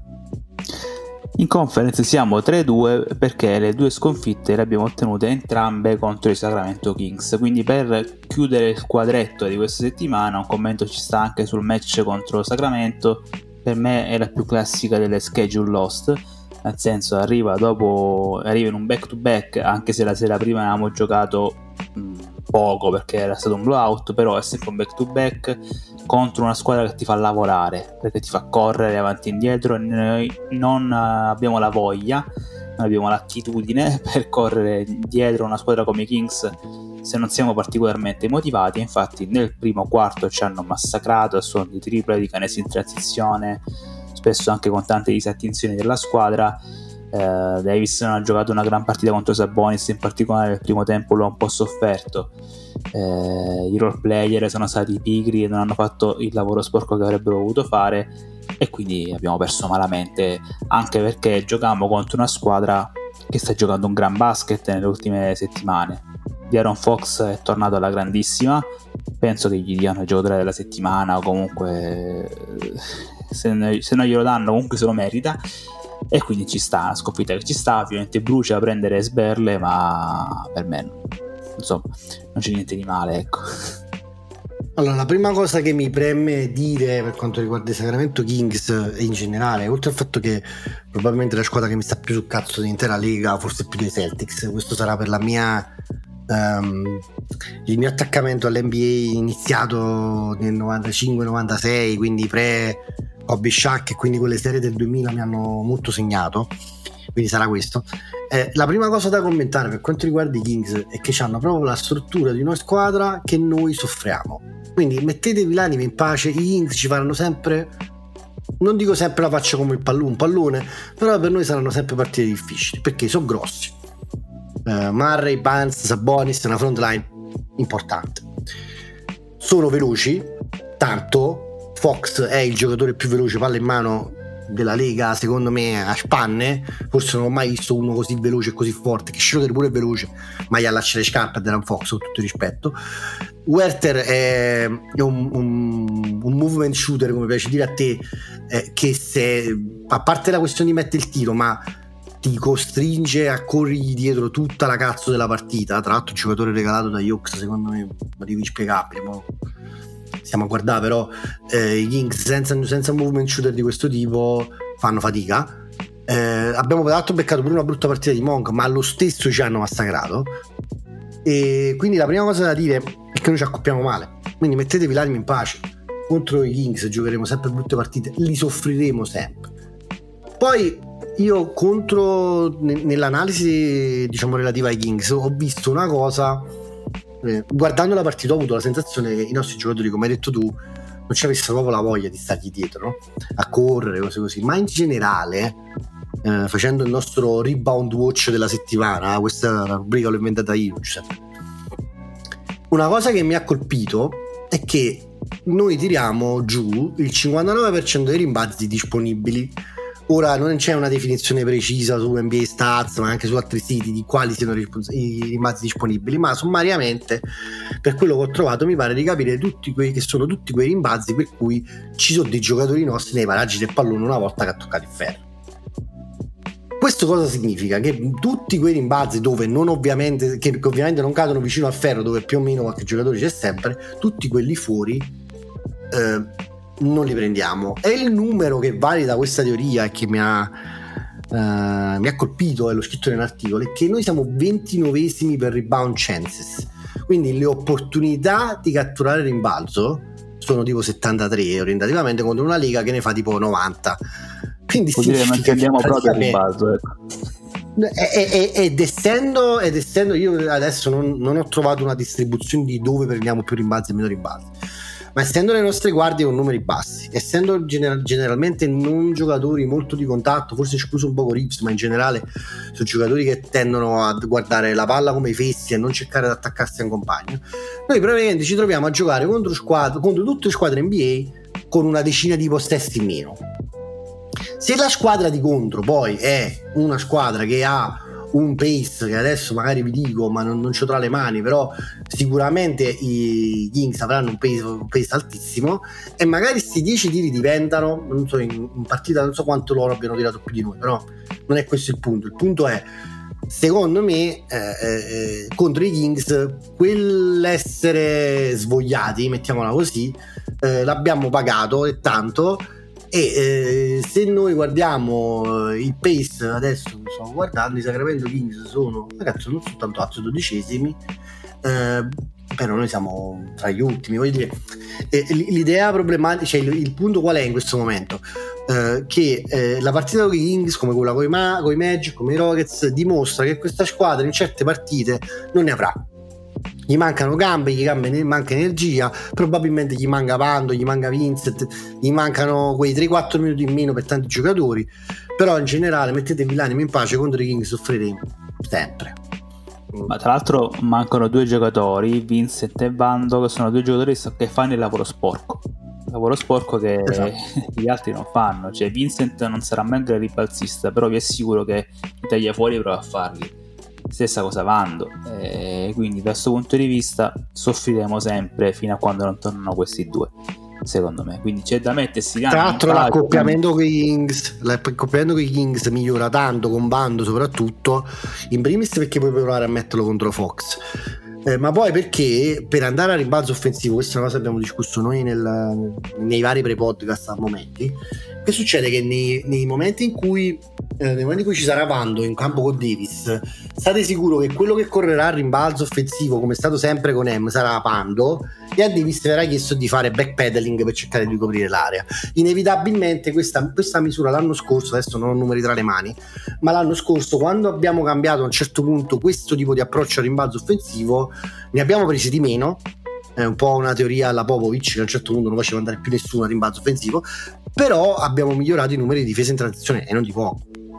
In conference siamo tre due perché le due sconfitte le abbiamo ottenute entrambe contro i Sacramento Kings, quindi per chiudere il quadretto di questa settimana un commento ci sta anche sul match contro Sacramento. Per me è la più classica delle schedule lost, nel senso arriva dopo arriva in un back to back, anche se la sera prima avevamo giocato mh, poco perché era stato un blowout, però è sempre un back to back contro una squadra che ti fa lavorare, perché ti fa correre avanti e indietro, e noi non abbiamo la voglia, non abbiamo l'attitudine per correre dietro una squadra come i Kings se non siamo particolarmente motivati. Infatti nel primo quarto ci hanno massacrato a suon di triple, di canestri in transizione, spesso anche con tante disattenzioni della squadra, Uh, Davis non ha giocato una gran partita contro Sabonis, in particolare nel primo tempo lo ha un po' sofferto. Uh, i role player sono stati pigri e non hanno fatto il lavoro sporco che avrebbero voluto fare, e quindi abbiamo perso malamente, anche perché giocavamo contro una squadra che sta giocando un gran basket nelle ultime settimane. De'Aaron Fox è tornato alla grandissima, penso che gli diano il giocatore della settimana, o comunque se, ne, se non glielo danno comunque se lo merita, e quindi ci sta, una sconfitta che ci sta. Ovviamente brucia a prendere sberle, ma per me insomma non c'è niente di male, ecco. Allora, la prima cosa che mi preme dire per quanto riguarda i Sacramento Kings in generale, oltre al fatto che probabilmente la squadra che mi sta più sul cazzo dell'intera lega, forse più dei Celtics, questo sarà per la mia um, il mio attaccamento all'N B A iniziato nel novantacinque novantasei, quindi pre Kobe Shaq, e quindi quelle serie del duemila mi hanno molto segnato, quindi sarà questo. Eh, la prima cosa da commentare per quanto riguarda i Kings è che hanno proprio la struttura di una squadra che noi soffriamo, quindi mettetevi l'anima in pace. I Kings ci faranno sempre, non dico sempre la faccia come il pallone, un pallone, però per noi saranno sempre partite difficili perché sono grossi. eh, Murray, Barnes, Sabonis, una front line importante, sono veloci, tanto Fox è il giocatore più veloce palla in mano della lega, secondo me, a spanne. Forse non ho mai visto uno così veloce e così forte, che Schroeder pure è veloce, ma gli allaccia le scarpe a De'Aaron Fox, con tutto il rispetto. Werther è un, un, un movement shooter, come piace dire a te, eh, che se, a parte la questione di mettere il tiro, ma ti costringe a corrergli dietro tutta la cazzo della partita. Tra l'altro un giocatore regalato da Hawks, secondo me motivi inspiegabili, ma stiamo a guardare, però eh, i Kings senza, senza un movement shooter di questo tipo fanno fatica. Eh, abbiamo peraltro beccato pure una brutta partita di Monk, ma lo stesso ci hanno massacrato, e quindi la prima cosa da dire è che noi ci accoppiamo male, quindi mettetevi l'anima in pace. Contro i Kings giocheremo sempre brutte partite, li soffriremo sempre. Poi io contro nell'analisi, diciamo, relativa ai Kings, ho visto una cosa. Eh, guardando la partita ho avuto la sensazione che i nostri giocatori, come hai detto tu, non ci avessero proprio la voglia di stargli dietro, no? A correre, cose così. Ma in generale, eh, facendo il nostro rebound watch della settimana, questa rubrica l'ho inventata io, Giuseppe, una cosa che mi ha colpito è che noi tiriamo giù il cinquantanove per cento dei rimbalzi disponibili. Ora non c'è una definizione precisa su N B A Stats, ma anche su altri siti, di quali siano i rimbalzi disponibili, ma sommariamente, per quello che ho trovato, mi pare di capire tutti quei che sono tutti quei rimbalzi per cui ci sono dei giocatori nostri nei paraggi del pallone una volta che ha toccato il ferro. Questo cosa significa? Che tutti quei rimbalzi dove non ovviamente che ovviamente non cadono vicino al ferro, dove più o meno qualche giocatore c'è sempre, tutti quelli fuori eh, non li prendiamo. E il numero che valida questa teoria e che mi ha, uh, mi ha colpito, e l'ho scritto nell'articolo, è che noi siamo ventinovesimi per rebound chances, quindi le opportunità di catturare il rimbalzo sono tipo settantatré orientativamente, contro una lega che ne fa tipo novanta. Quindi significa che andiamo proprio al rimbalzo, ecco. Ed essendo, ed essendo io adesso non, non ho trovato una distribuzione di dove prendiamo più rimbalzi e meno rimbalzi, ma essendo le nostre guardie con numeri bassi, essendo gener- generalmente non giocatori molto di contatto, forse escluso un poco Reeves, ma in generale sono giocatori che tendono a guardare la palla come i fessi e non cercare di attaccarsi a un compagno, noi praticamente ci troviamo a giocare contro squadre, contro tutte le squadre N B A con una decina di possessi in meno. Se la squadra di contro poi è una squadra che ha un pace che adesso magari vi dico, ma non, non c'ho tra le mani, però sicuramente i Kings avranno un pace, un pace altissimo, e magari questi dieci tiri diventano, non so, in, in partita non so quanto loro abbiano tirato più di noi, però non è questo il punto. Il punto è, secondo me, eh, eh, contro i Kings quell'essere svogliati, mettiamola così, eh, l'abbiamo pagato e tanto. E eh, se noi guardiamo il pace, adesso sto guardando, i Sacramento Kings sono, ragazzi, non sono tanto alti, dodicesimi, eh, però noi siamo tra gli ultimi, voglio dire. Eh, l'idea problematica, cioè il, il punto qual è in questo momento? Eh, che eh, la partita con i Kings, come quella con i, Ma- con i Magic, come i Rockets, dimostra che questa squadra in certe partite non ne avrà. gli mancano gambe, gli gambe, gli manca energia, probabilmente gli manca Pando, gli manca Vincent, gli mancano quei tre quattro minuti in meno per tanti giocatori, però in generale mettetevi l'animo in pace, contro i Kings soffriremo sempre. Ma tra l'altro mancano due giocatori, Vincent e Vando, che sono due giocatori che fanno il lavoro sporco, il lavoro sporco che esatto. gli altri non fanno. Cioè Vincent non sarà mai un ribalzista, però vi assicuro che i tagliafuori prova a farli. Stessa cosa Vando, e quindi da questo punto di vista soffriremo sempre fino a quando non tornano questi due, secondo me. Quindi c'è da mettersi tra l'altro l'accoppiamento con i Kings l'accoppiamento con i Kings migliora tanto con Vando, soprattutto in primis perché puoi provare a metterlo contro Fox, eh, ma poi perché per andare a rimbalzo offensivo, questa è una cosa che abbiamo discusso noi nel, nei vari pre-podcast a momenti, che succede che nei, nei momenti in cui eh, nei momenti in cui ci sarà Vando in campo con Davis, state sicuro che quello che correrà al rimbalzo offensivo, come è stato sempre con Em, sarà Pando, e a Davis verrà chiesto di fare backpedaling per cercare di coprire l'area. Inevitabilmente questa, questa misura l'anno scorso, adesso non ho numeri tra le mani, ma l'anno scorso quando abbiamo cambiato a un certo punto questo tipo di approccio al rimbalzo offensivo, ne abbiamo presi di meno. È un po' una teoria alla Popovic, che a un certo punto non faceva andare più nessuno a rimbalzo offensivo, però abbiamo migliorato i numeri di difesa in transizione e non di poco.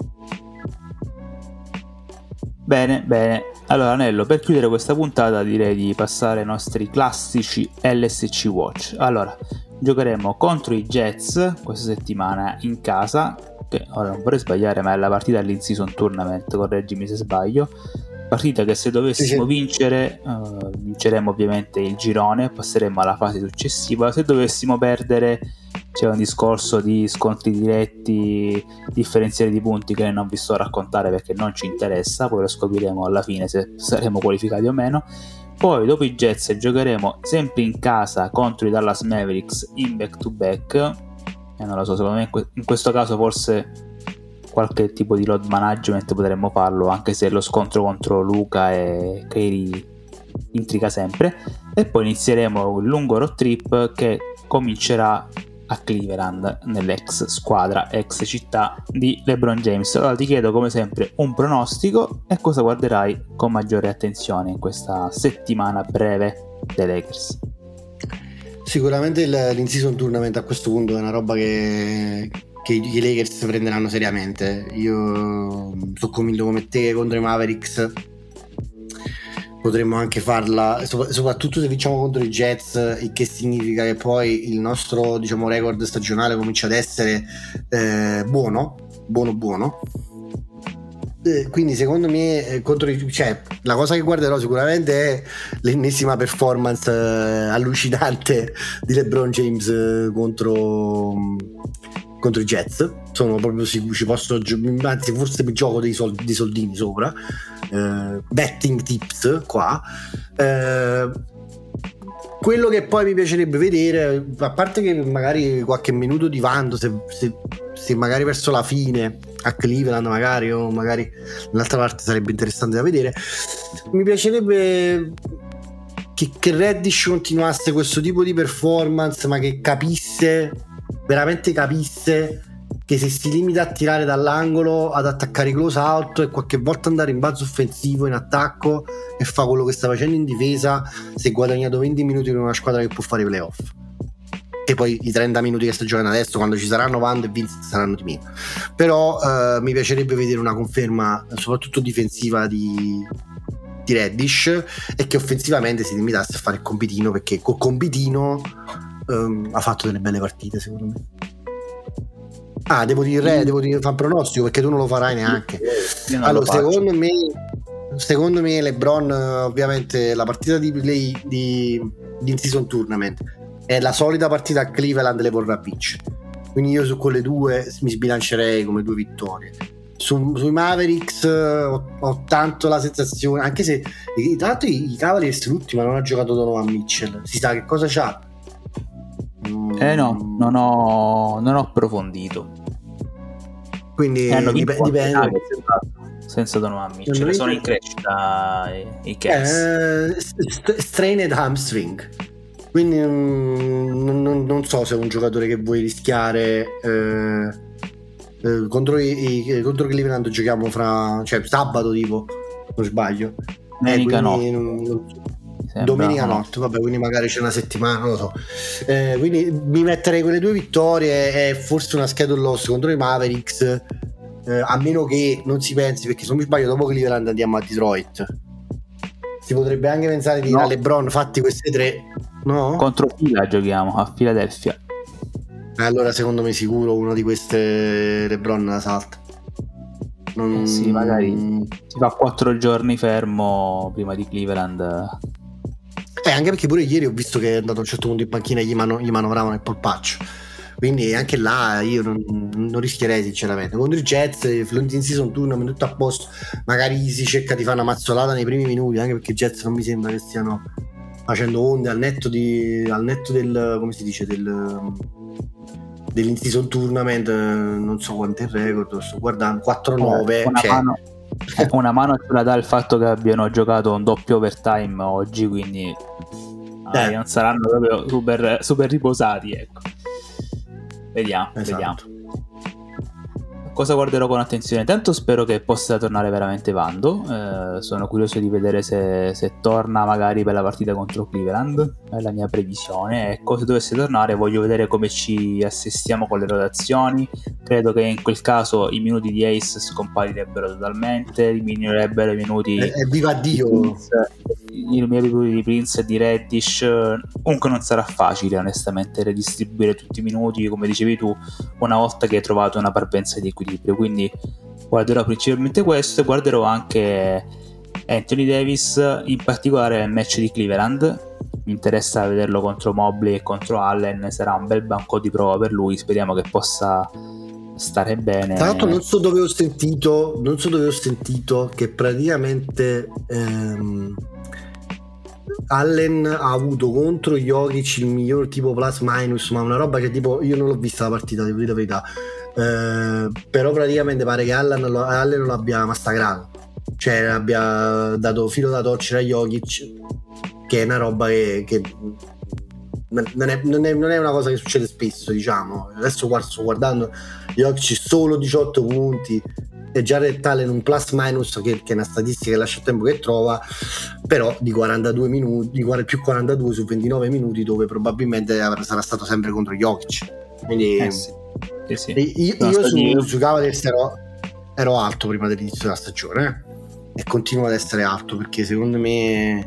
Bene, bene. Allora Anello, per chiudere questa puntata direi di passare ai nostri classici L S C Watch. Allora, giocheremo contro i Jets questa settimana in casa, che ora non vorrei sbagliare, ma è la partita all'in-season tournament, correggimi se sbaglio. Partita che se dovessimo sì, sì. vincere, uh, vinceremo ovviamente il girone, passeremo alla fase successiva. Se dovessimo perdere c'è un discorso di scontri diretti, differenziali di punti che non vi sto a raccontare perché non ci interessa, poi lo scopriremo alla fine se saremo qualificati o meno. Poi dopo i Jets giocheremo sempre in casa contro i Dallas Mavericks in back to back, e non lo so, secondo me in questo caso forse qualche tipo di load management potremmo farlo, anche se lo scontro contro Luka e Kyrie intriga sempre. E poi inizieremo il lungo road trip che comincerà a Cleveland, nell'ex squadra, ex città di LeBron James. Allora ti chiedo come sempre un pronostico e cosa guarderai con maggiore attenzione in questa settimana breve dei Lakers. Sicuramente l'in-season tournament a questo punto è una roba che che i Lakers prenderanno seriamente. Io sono convinto come te che contro i Mavericks potremmo anche farla, soprattutto se vinciamo contro i Jets, il che significa che poi il nostro, diciamo, record stagionale comincia ad essere eh, buono buono buono eh, quindi secondo me eh, contro i, cioè, la cosa che guarderò sicuramente è l'ennesima performance eh, allucinante di LeBron James eh, contro contro i Jets. Sono proprio sicuro, ci posso, anzi forse mi gioco dei, soldi, dei soldini sopra, eh, betting tips qua. Eh, quello che poi mi piacerebbe vedere, a parte che magari qualche minuto di Vando, se, se, se magari verso la fine a Cleveland magari, o magari nell'altra parte sarebbe interessante da vedere, mi piacerebbe che, che Reddish continuasse questo tipo di performance, ma che capisse veramente capisse che se si limita a tirare dall'angolo, ad attaccare i close out e qualche volta andare in balzo offensivo, in attacco, e fa quello che sta facendo in difesa, si è guadagnato venti minuti con una squadra che può fare i playoff. E poi i trenta minuti che sta giocando adesso, quando ci saranno Vando e Vince, saranno di meno. Però eh, mi piacerebbe vedere una conferma soprattutto difensiva di di Reddish, e che offensivamente si limitasse a fare il compitino, perché col compitino Um, ha fatto delle belle partite secondo me. Ah, devo dire, mm. devo dire fare un pronostico perché tu non lo farai neanche. Allora, secondo me, secondo me LeBron, ovviamente la partita di play di, di in-season tournament è la solita partita a Cleveland, le vorrà vincere. Quindi io su quelle due mi sbilancerei come due vittorie. Su, sui Mavericks ho, ho tanto la sensazione, anche se tra l'altro i, i Cavaliers l'ultima non ha giocato Donovan Mitchell, si sa che cosa c'ha. Eh no, non ho, non ho approfondito. Quindi eh, dip- dipende. Senza Donovan Mitchell, sono in crescita i, i Cavs. Eh, st- strained hamstring. Quindi mm, non, non so se è un giocatore che vuoi rischiare. Eh, eh, contro i, i contro Cleveland giochiamo fra, cioè sabato tipo, non sbaglio. Domenica eh, no. Non, sembra, domenica no? notte, vabbè, quindi magari c'è una settimana, non lo so. Eh, quindi mi metterei quelle due vittorie e forse una schedule loss contro i Mavericks, eh, a meno che non si pensi, perché se non mi sbaglio dopo Cleveland andiamo a Detroit. Si potrebbe anche pensare di no. a LeBron fatti queste tre, no? Contro Fila giochiamo, a Philadelphia. Allora secondo me sicuro una di queste LeBron la salta. Non... Eh sì, magari si fa quattro giorni fermo prima di Cleveland. Eh, anche perché pure ieri ho visto che è andato a un certo punto in panchina e gli, mano- gli manovravano il polpaccio. Quindi anche là io non, non rischierei sinceramente. Contro i Jets, in season tournament tutto a posto. Magari si cerca di fare una mazzolata nei primi minuti, anche perché i Jets non mi sembra che stiano facendo onde al netto, di, al netto del, come si dice, del... dell'in-season tournament, non so quanto è il record, sto guardando quattro nove, una, cioè... mano, una mano ce la dà il fatto che abbiano giocato un doppio overtime oggi, quindi eh. ah, non saranno proprio super, super riposati, ecco. Vediamo, esatto. vediamo cosa guarderò con attenzione. Tanto spero che possa tornare veramente Vando, eh, sono curioso di vedere se, se torna magari per la partita contro Cleveland, è la mia previsione. Ecco, se dovesse tornare voglio vedere come ci assestiamo con le rotazioni. Credo che in quel caso i minuti di Ace scomparirebbero totalmente, diminuirebbero i minuti eh, eh, viva Dio Prince, i minuti di Prince e di Reddish. Comunque non sarà facile onestamente redistribuire tutti i minuti, come dicevi tu, una volta che hai trovato una parvenza di equilibrio. Quindi guarderò principalmente questo e guarderò anche Anthony Davis, in particolare nel match di Cleveland. Mi interessa vederlo contro Mobley e contro Allen, sarà un bel banco di prova per lui, speriamo che possa stare bene. Tra l'altro non so dove ho sentito non so dove ho sentito che praticamente ehm, Allen ha avuto contro Jokic il miglior tipo plus minus, ma una roba che tipo io non l'ho vista la partita, devo dire la verità. Uh, però praticamente pare che Allen lo, Allen lo abbia massacrato, cioè abbia dato filo da torcere a Jokic, che è una roba che, che non, è, non, è, non è una cosa che succede spesso, diciamo. Adesso sto guardando Jokic solo diciotto punti e Jared Allen un plus minus che, che è una statistica che lascia il tempo che trova, però di quarantadue minuti, di più quarantadue su ventinove minuti, dove probabilmente sarà stato sempre contro Jokic, quindi eh sì. Sì, sì. Io, io su, su Cavaliers ero, ero alto prima dell'inizio della stagione, eh? E continuo ad essere alto perché secondo me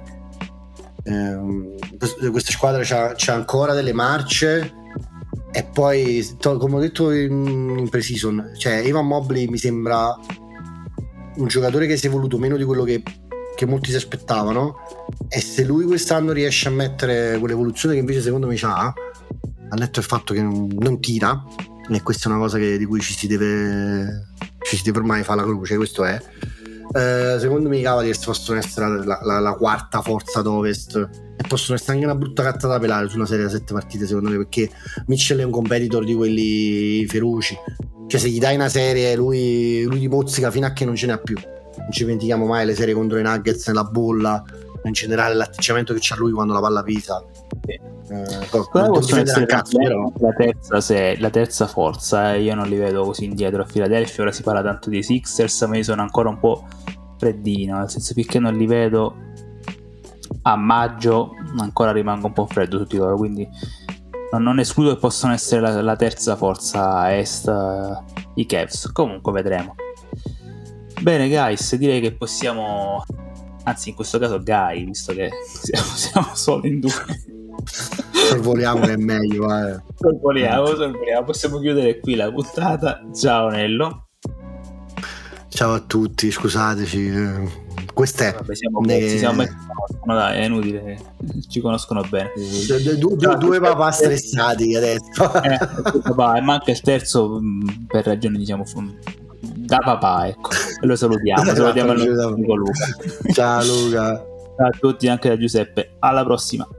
ehm, questa squadra c'ha, c'ha ancora delle marce. E poi, come ho detto in, in pre-season, cioè Evan Mobley mi sembra un giocatore che si è evoluto meno di quello che, che molti si aspettavano, e se lui quest'anno riesce a mettere quell'evoluzione che invece secondo me c'ha, al netto del fatto che non, non tira, e questa è una cosa che, di cui ci si deve ci si deve ormai fare la croce, questo è eh, secondo me i Cavaliers possono essere la, la, la quarta forza d'Ovest e possono essere anche una brutta carta da pelare su una serie da sette partite secondo me, perché Mitchell è un competitor di quelli feroci, cioè se gli dai una serie lui, lui ti mozzica fino a che non ce n'ha più. Non ci dimentichiamo mai le serie contro i Nuggets nella bolla, in generale l'atteggiamento che c'ha lui quando la palla pisa. Eh, non possono essere cazzo, però. La terza, se, la terza forza, eh, io non li vedo così indietro a Philadelphia. Ora si parla tanto dei Sixers, ma io sono ancora un po' freddino, nel senso, finché non li vedo a maggio ancora rimango un po' freddo tutti loro, quindi non, non escludo che possano essere la, la terza forza a est, uh, i Cavs. Comunque vedremo. Bene guys, direi che possiamo, anzi in questo caso Guy, visto che siamo, siamo solo in due, sorvoliamo che è meglio, eh. sorvoliamo, sorvoliamo. Possiamo chiudere qui la puntata. Ciao Nello. Ciao a tutti, scusateci, questo è Vabbè, siamo ne... ci siamo messi, no, dai, è inutile, ci conoscono bene. Du- du- du- due papà stressati adesso, eh, papà, e manca il terzo per ragioni diciamo da papà, ecco, e lo salutiamo, salutiamo il nostro amico Luca. Ciao Luca. Ciao a tutti, anche da Giuseppe, alla prossima.